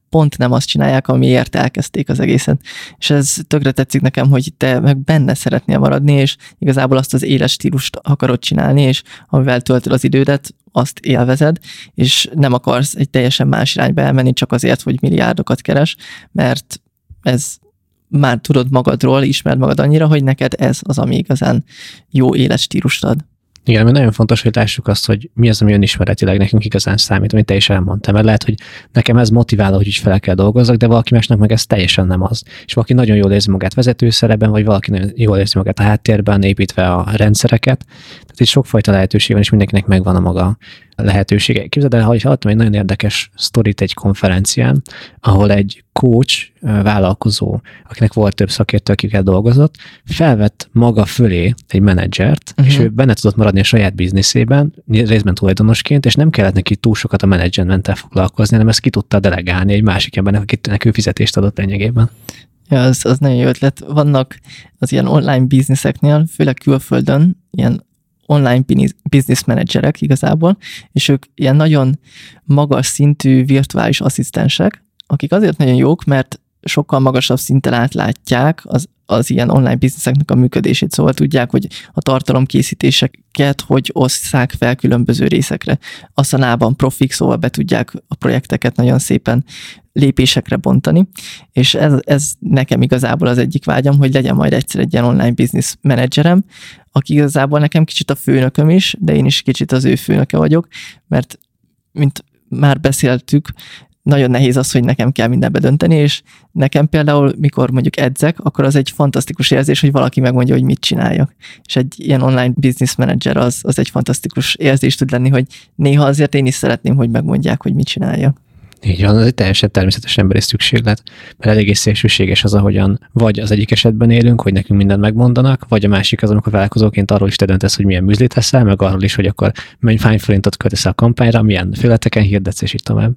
pont nem azt csinálják, amiért elkezdték az egészet. És ez tökre tetszik nekem, hogy te meg benne szeretnél maradni, és igazából azt az éles stílust akarod csinálni, és amivel töltöd az idődet, azt élvezed, és nem akarsz egy teljesen más irányba elmenni csak azért, hogy milliárdokat keres, mert ez már tudod magadról, ismered magad annyira, hogy neked ez az, ami igazán jó életstílust ad. Igen, mert nagyon fontos, hogy lássuk azt, hogy mi az, ami önismeretileg nekünk igazán számít, amit te is elmondtál, mert lehet, hogy nekem ez motiváló, hogy ügyfelekkel felkell dolgozzak, de valaki másnak meg ez teljesen nem az. És valaki nagyon jól érzi magát vezetőszerepben, vagy valaki nagyon jól érzi magát a háttérben, építve a rendszereket. Tehát itt sokfajta lehetőség van, és mindenkinek megvan a maga lehetősége. Képzeld el, hogy hallottam egy nagyon érdekes sztorit egy konferencián, ahol egy coach, vállalkozó, akinek volt több szakértő, akikkel dolgozott, felvett maga fölé egy menedzsert, és ő benne tudott maradni a saját bizniszében, részben tulajdonosként, és nem kellett neki túl sokat a menedzsmenttel foglalkozni, hanem ezt ki tudta delegálni egy másik embernek, akinek ő fizetést adott lényegében. Ja, az nagyon jó ötlet. Vannak az ilyen online bizniszeknél, főleg külföldön, ilyen online business menedzserek igazából, és ők ilyen nagyon magas szintű virtuális asszisztensek, akik azért nagyon jók, mert sokkal magasabb szinten átlátják az ilyen online bizniszeknek a működését, szóval tudják, hogy a tartalomkészítéseket hogy osszák fel különböző részekre. Asana-ban profik, szóval be tudják a projekteket nagyon szépen lépésekre bontani, és ez nekem igazából az egyik vágyam, hogy legyen majd egyszer egy ilyen online business menedzserem, aki igazából nekem kicsit a főnököm is, de én is kicsit az ő főnöke vagyok, mert mint már beszéltük, nagyon nehéz az, hogy nekem kell mindenbe dönteni, és nekem például, mikor mondjuk edzek, akkor az egy fantasztikus érzés, hogy valaki megmondja, hogy mit csináljak. És egy ilyen online business manager az egy fantasztikus érzés tud lenni, hogy néha azért én is szeretném, hogy megmondják, hogy mit csináljak. Így van, ez egy teljesen természetes emberi szükséglet, mert eléggé szélsőséges az, ahogyan vagy az egyik esetben élünk, hogy nekünk mindent megmondanak, vagy a másik az, amikor vállalkozóként arról is te döntesz, hogy milyen műzlit teszel, meg arról is, hogy akkor mennyi hány forintot költesz a kampányra, milyen felületeken hirdetsz, és így tovább.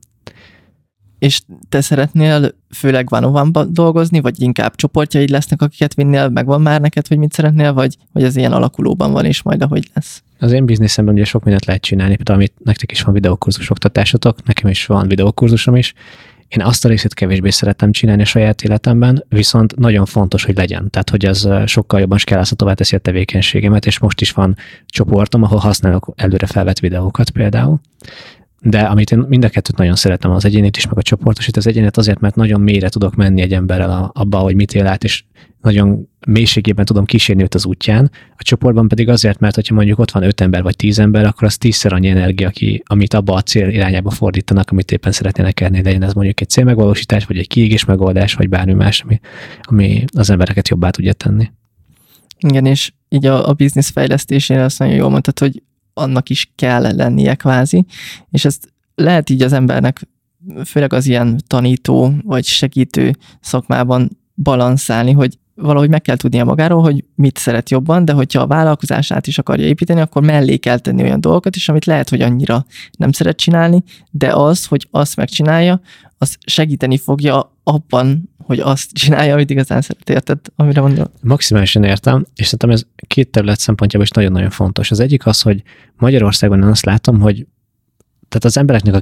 És te szeretnél főleg one-on-one-ban dolgozni, vagy inkább csoportjaid lesznek, akiket vinnél, megvan már neked, hogy mit szeretnél, vagy ez ilyen alakulóban van, és majd ahogy lesz? Az én bizniszemben ugye sok mindent lehet csinálni, például amit nektek is van videókurzus oktatásotok, nekem is van videókurzusom is. Én azt a részét kevésbé szeretem csinálni a saját életemben, viszont nagyon fontos, hogy legyen. Tehát, hogy ez sokkal jobban skálázhatóvá teszi a tevékenységemet, és most is van csoportom, ahol használok előre felvett videókat például. De amit én mind a kettőt nagyon szeretem, az egyénit is, meg a csoportosít. Az egyénet azért, mert nagyon mélyre tudok menni egy emberrel abba, hogy mit él át, és nagyon mélységében tudom kísérni őt az útján. A csoportban pedig azért, mert hogyha mondjuk ott van 5 ember vagy 10 ember, akkor az 10-szer annyi energia, amit abba a cél irányába fordítanak, amit éppen szeretnének elérni, legyen ez mondjuk egy célmegvalósítás, vagy egy kiégés megoldás, vagy bármi más, ami az embereket jobbá tudja tenni. Igen, és így a biznisz fejlesztésére azt nagyon jól mondtad, hogy annak is kell lennie kvázi, és ezt lehet így az embernek, főleg az ilyen tanító vagy segítő szakmában balanszálni, hogy valahogy meg kell tudnia magáról, hogy mit szeret jobban, de hogyha a vállalkozását is akarja építeni, akkor mellé kell tenni olyan dolgokat is, amit lehet, hogy annyira nem szeret csinálni, de az, hogy azt megcsinálja, az segíteni fogja abban, hogy azt csinálja, amit igazán szeret, érted, amire mondom. Maximálisan értem, és szerintem ez 2 terület szempontjából is nagyon-nagyon fontos. Az egyik az, hogy Magyarországon én azt látom, hogy tehát az embereknek a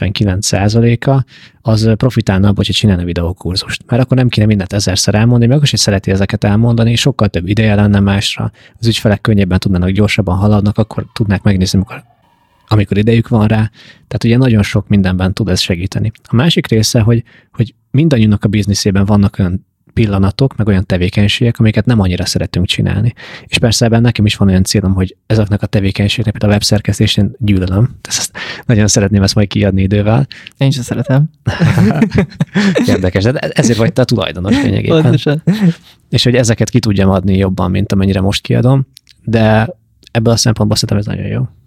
99%-a az profitálna abban, hogyha csinálna videókurzust. Mert akkor nem kéne mindent 1000-szer elmondani, meg is szereti ezeket elmondani, és sokkal több ideje lenne másra. Az ügyfelek könnyebben tudnának, gyorsabban haladnak, akkor tudnák megnézni, amikor idejük van rá. Tehát ugye nagyon sok mindenben tud ez segíteni. A másik része, hogy mindannyiunknak a bizniszében vannak olyan pillanatok, meg olyan tevékenységek, amiket nem annyira szeretünk csinálni. És persze ebben nekem is van olyan célom, hogy ezeknek a tevékenységeknek, például a webszerkesztésén gyűlölöm. Nagyon szeretném ezt majd kiadni idővel. Én sem szeretem. Érdekes, de ezért vagy te a tulajdonos lényegében. Pontosan. És hogy ezeket ki tudjam adni jobban, mint amennyire most kiadom, de ebből a szempontból szerintem ez nagyon jó.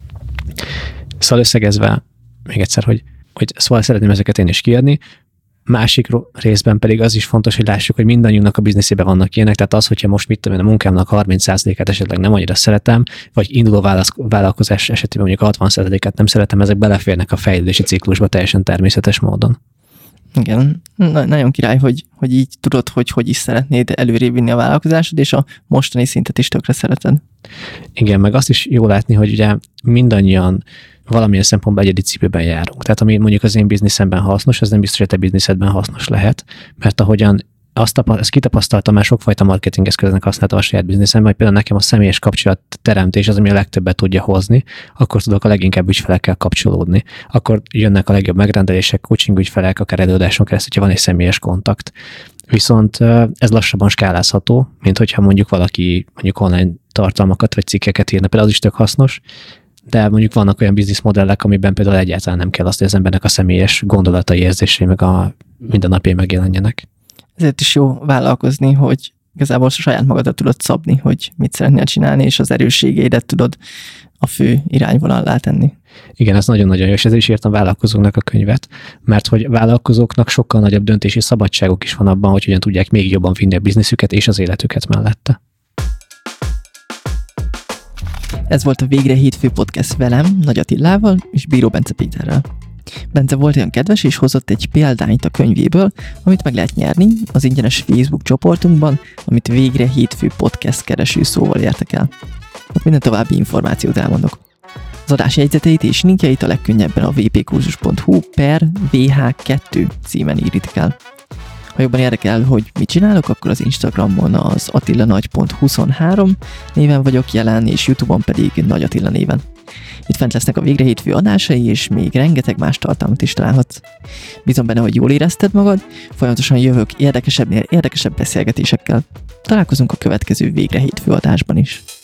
Szóval összegezve, még egyszer, hogy szóval szeretném ezeket én is kiadni, másik részben pedig az is fontos, hogy lássuk, hogy mindannyiunknak a bizniszében vannak ilyenek, tehát az, hogyha most mit tudom én, a munkámnak 30%-át esetleg nem annyira szeretem, vagy induló vállalkozás esetében mondjuk 60%-át nem szeretem, ezek beleférnek a fejlődési ciklusba teljesen természetes módon. Igen, nagyon király, hogy így tudod, hogy is szeretnéd előrébb vinni a vállalkozásod, és a mostani szintet is tökre szereted. Igen, meg azt is jó látni, hogy ugye mindannyian valamilyen szempontból egyedi cipőben járunk. Tehát ami mondjuk az én bizniszemben hasznos, az nem biztos, hogy a te bizniszedben hasznos lehet, mert ahogyan ezt kitapasztaltam, már sokfajta marketing eszköznek használtam a saját bizniszemben, hogy például nekem a személyes kapcsolat teremtés az, ami a legtöbbet tudja hozni, akkor tudok a leginkább ügyfelekkel kapcsolódni. Akkor jönnek a legjobb megrendelések, coaching ügyfelek, akár előadáson keresztül, hogyha van egy személyes kontakt. Viszont ez lassabban skálázható, mint hogyha mondjuk valaki online tartalmakat vagy cikkeket írna, például az is tök hasznos, de mondjuk vannak olyan bizniszmodellek, amiben például egyáltalán nem kell azt, hogy az embernek a személyes gondolatai, érzései meg a mindennapjai megjelenjenek. Ezért is jó vállalkozni, hogy igazából saját magadat tudod szabni, hogy mit szeretnél csinálni, és az erősségeidet tudod a fő irányvonallá tenni. Igen, ez nagyon-nagyon jó, és ezért is írtam vállalkozóknak a könyvet, mert hogy vállalkozóknak sokkal nagyobb döntési szabadságuk is van abban, hogy hogyan tudják még jobban vinni a bizniszüket és az életüket mellette. Ez volt a Végre Hétfő Podcast velem, Nagy Attilával és Bíró Bence Péterrel. Bence volt olyan kedves, és hozott egy példányt a könyvéből, amit meg lehet nyerni az ingyenes Facebook csoportunkban, amit Végre Hétfő Podcast keresőszóval értek el. Ott minden további információt elmondok. Az adás jegyzeteit és linkjeit a legkönnyebben a vpkurzus.hu/vh2 címen írjátok el. Ha jobban érdekel, hogy mit csinálok, akkor az Instagramon az attillanagy.23 néven vagyok jelen, és YouTube-on pedig Nagy Attila néven. Itt fent lesznek a Végre Hétfő adásai, és még rengeteg más tartalmat is találhatsz. Bízom benne, hogy jól érezted magad, folyamatosan jövök érdekesebbnél érdekesebb beszélgetésekkel. Találkozunk a következő Végre Hétfő adásban is.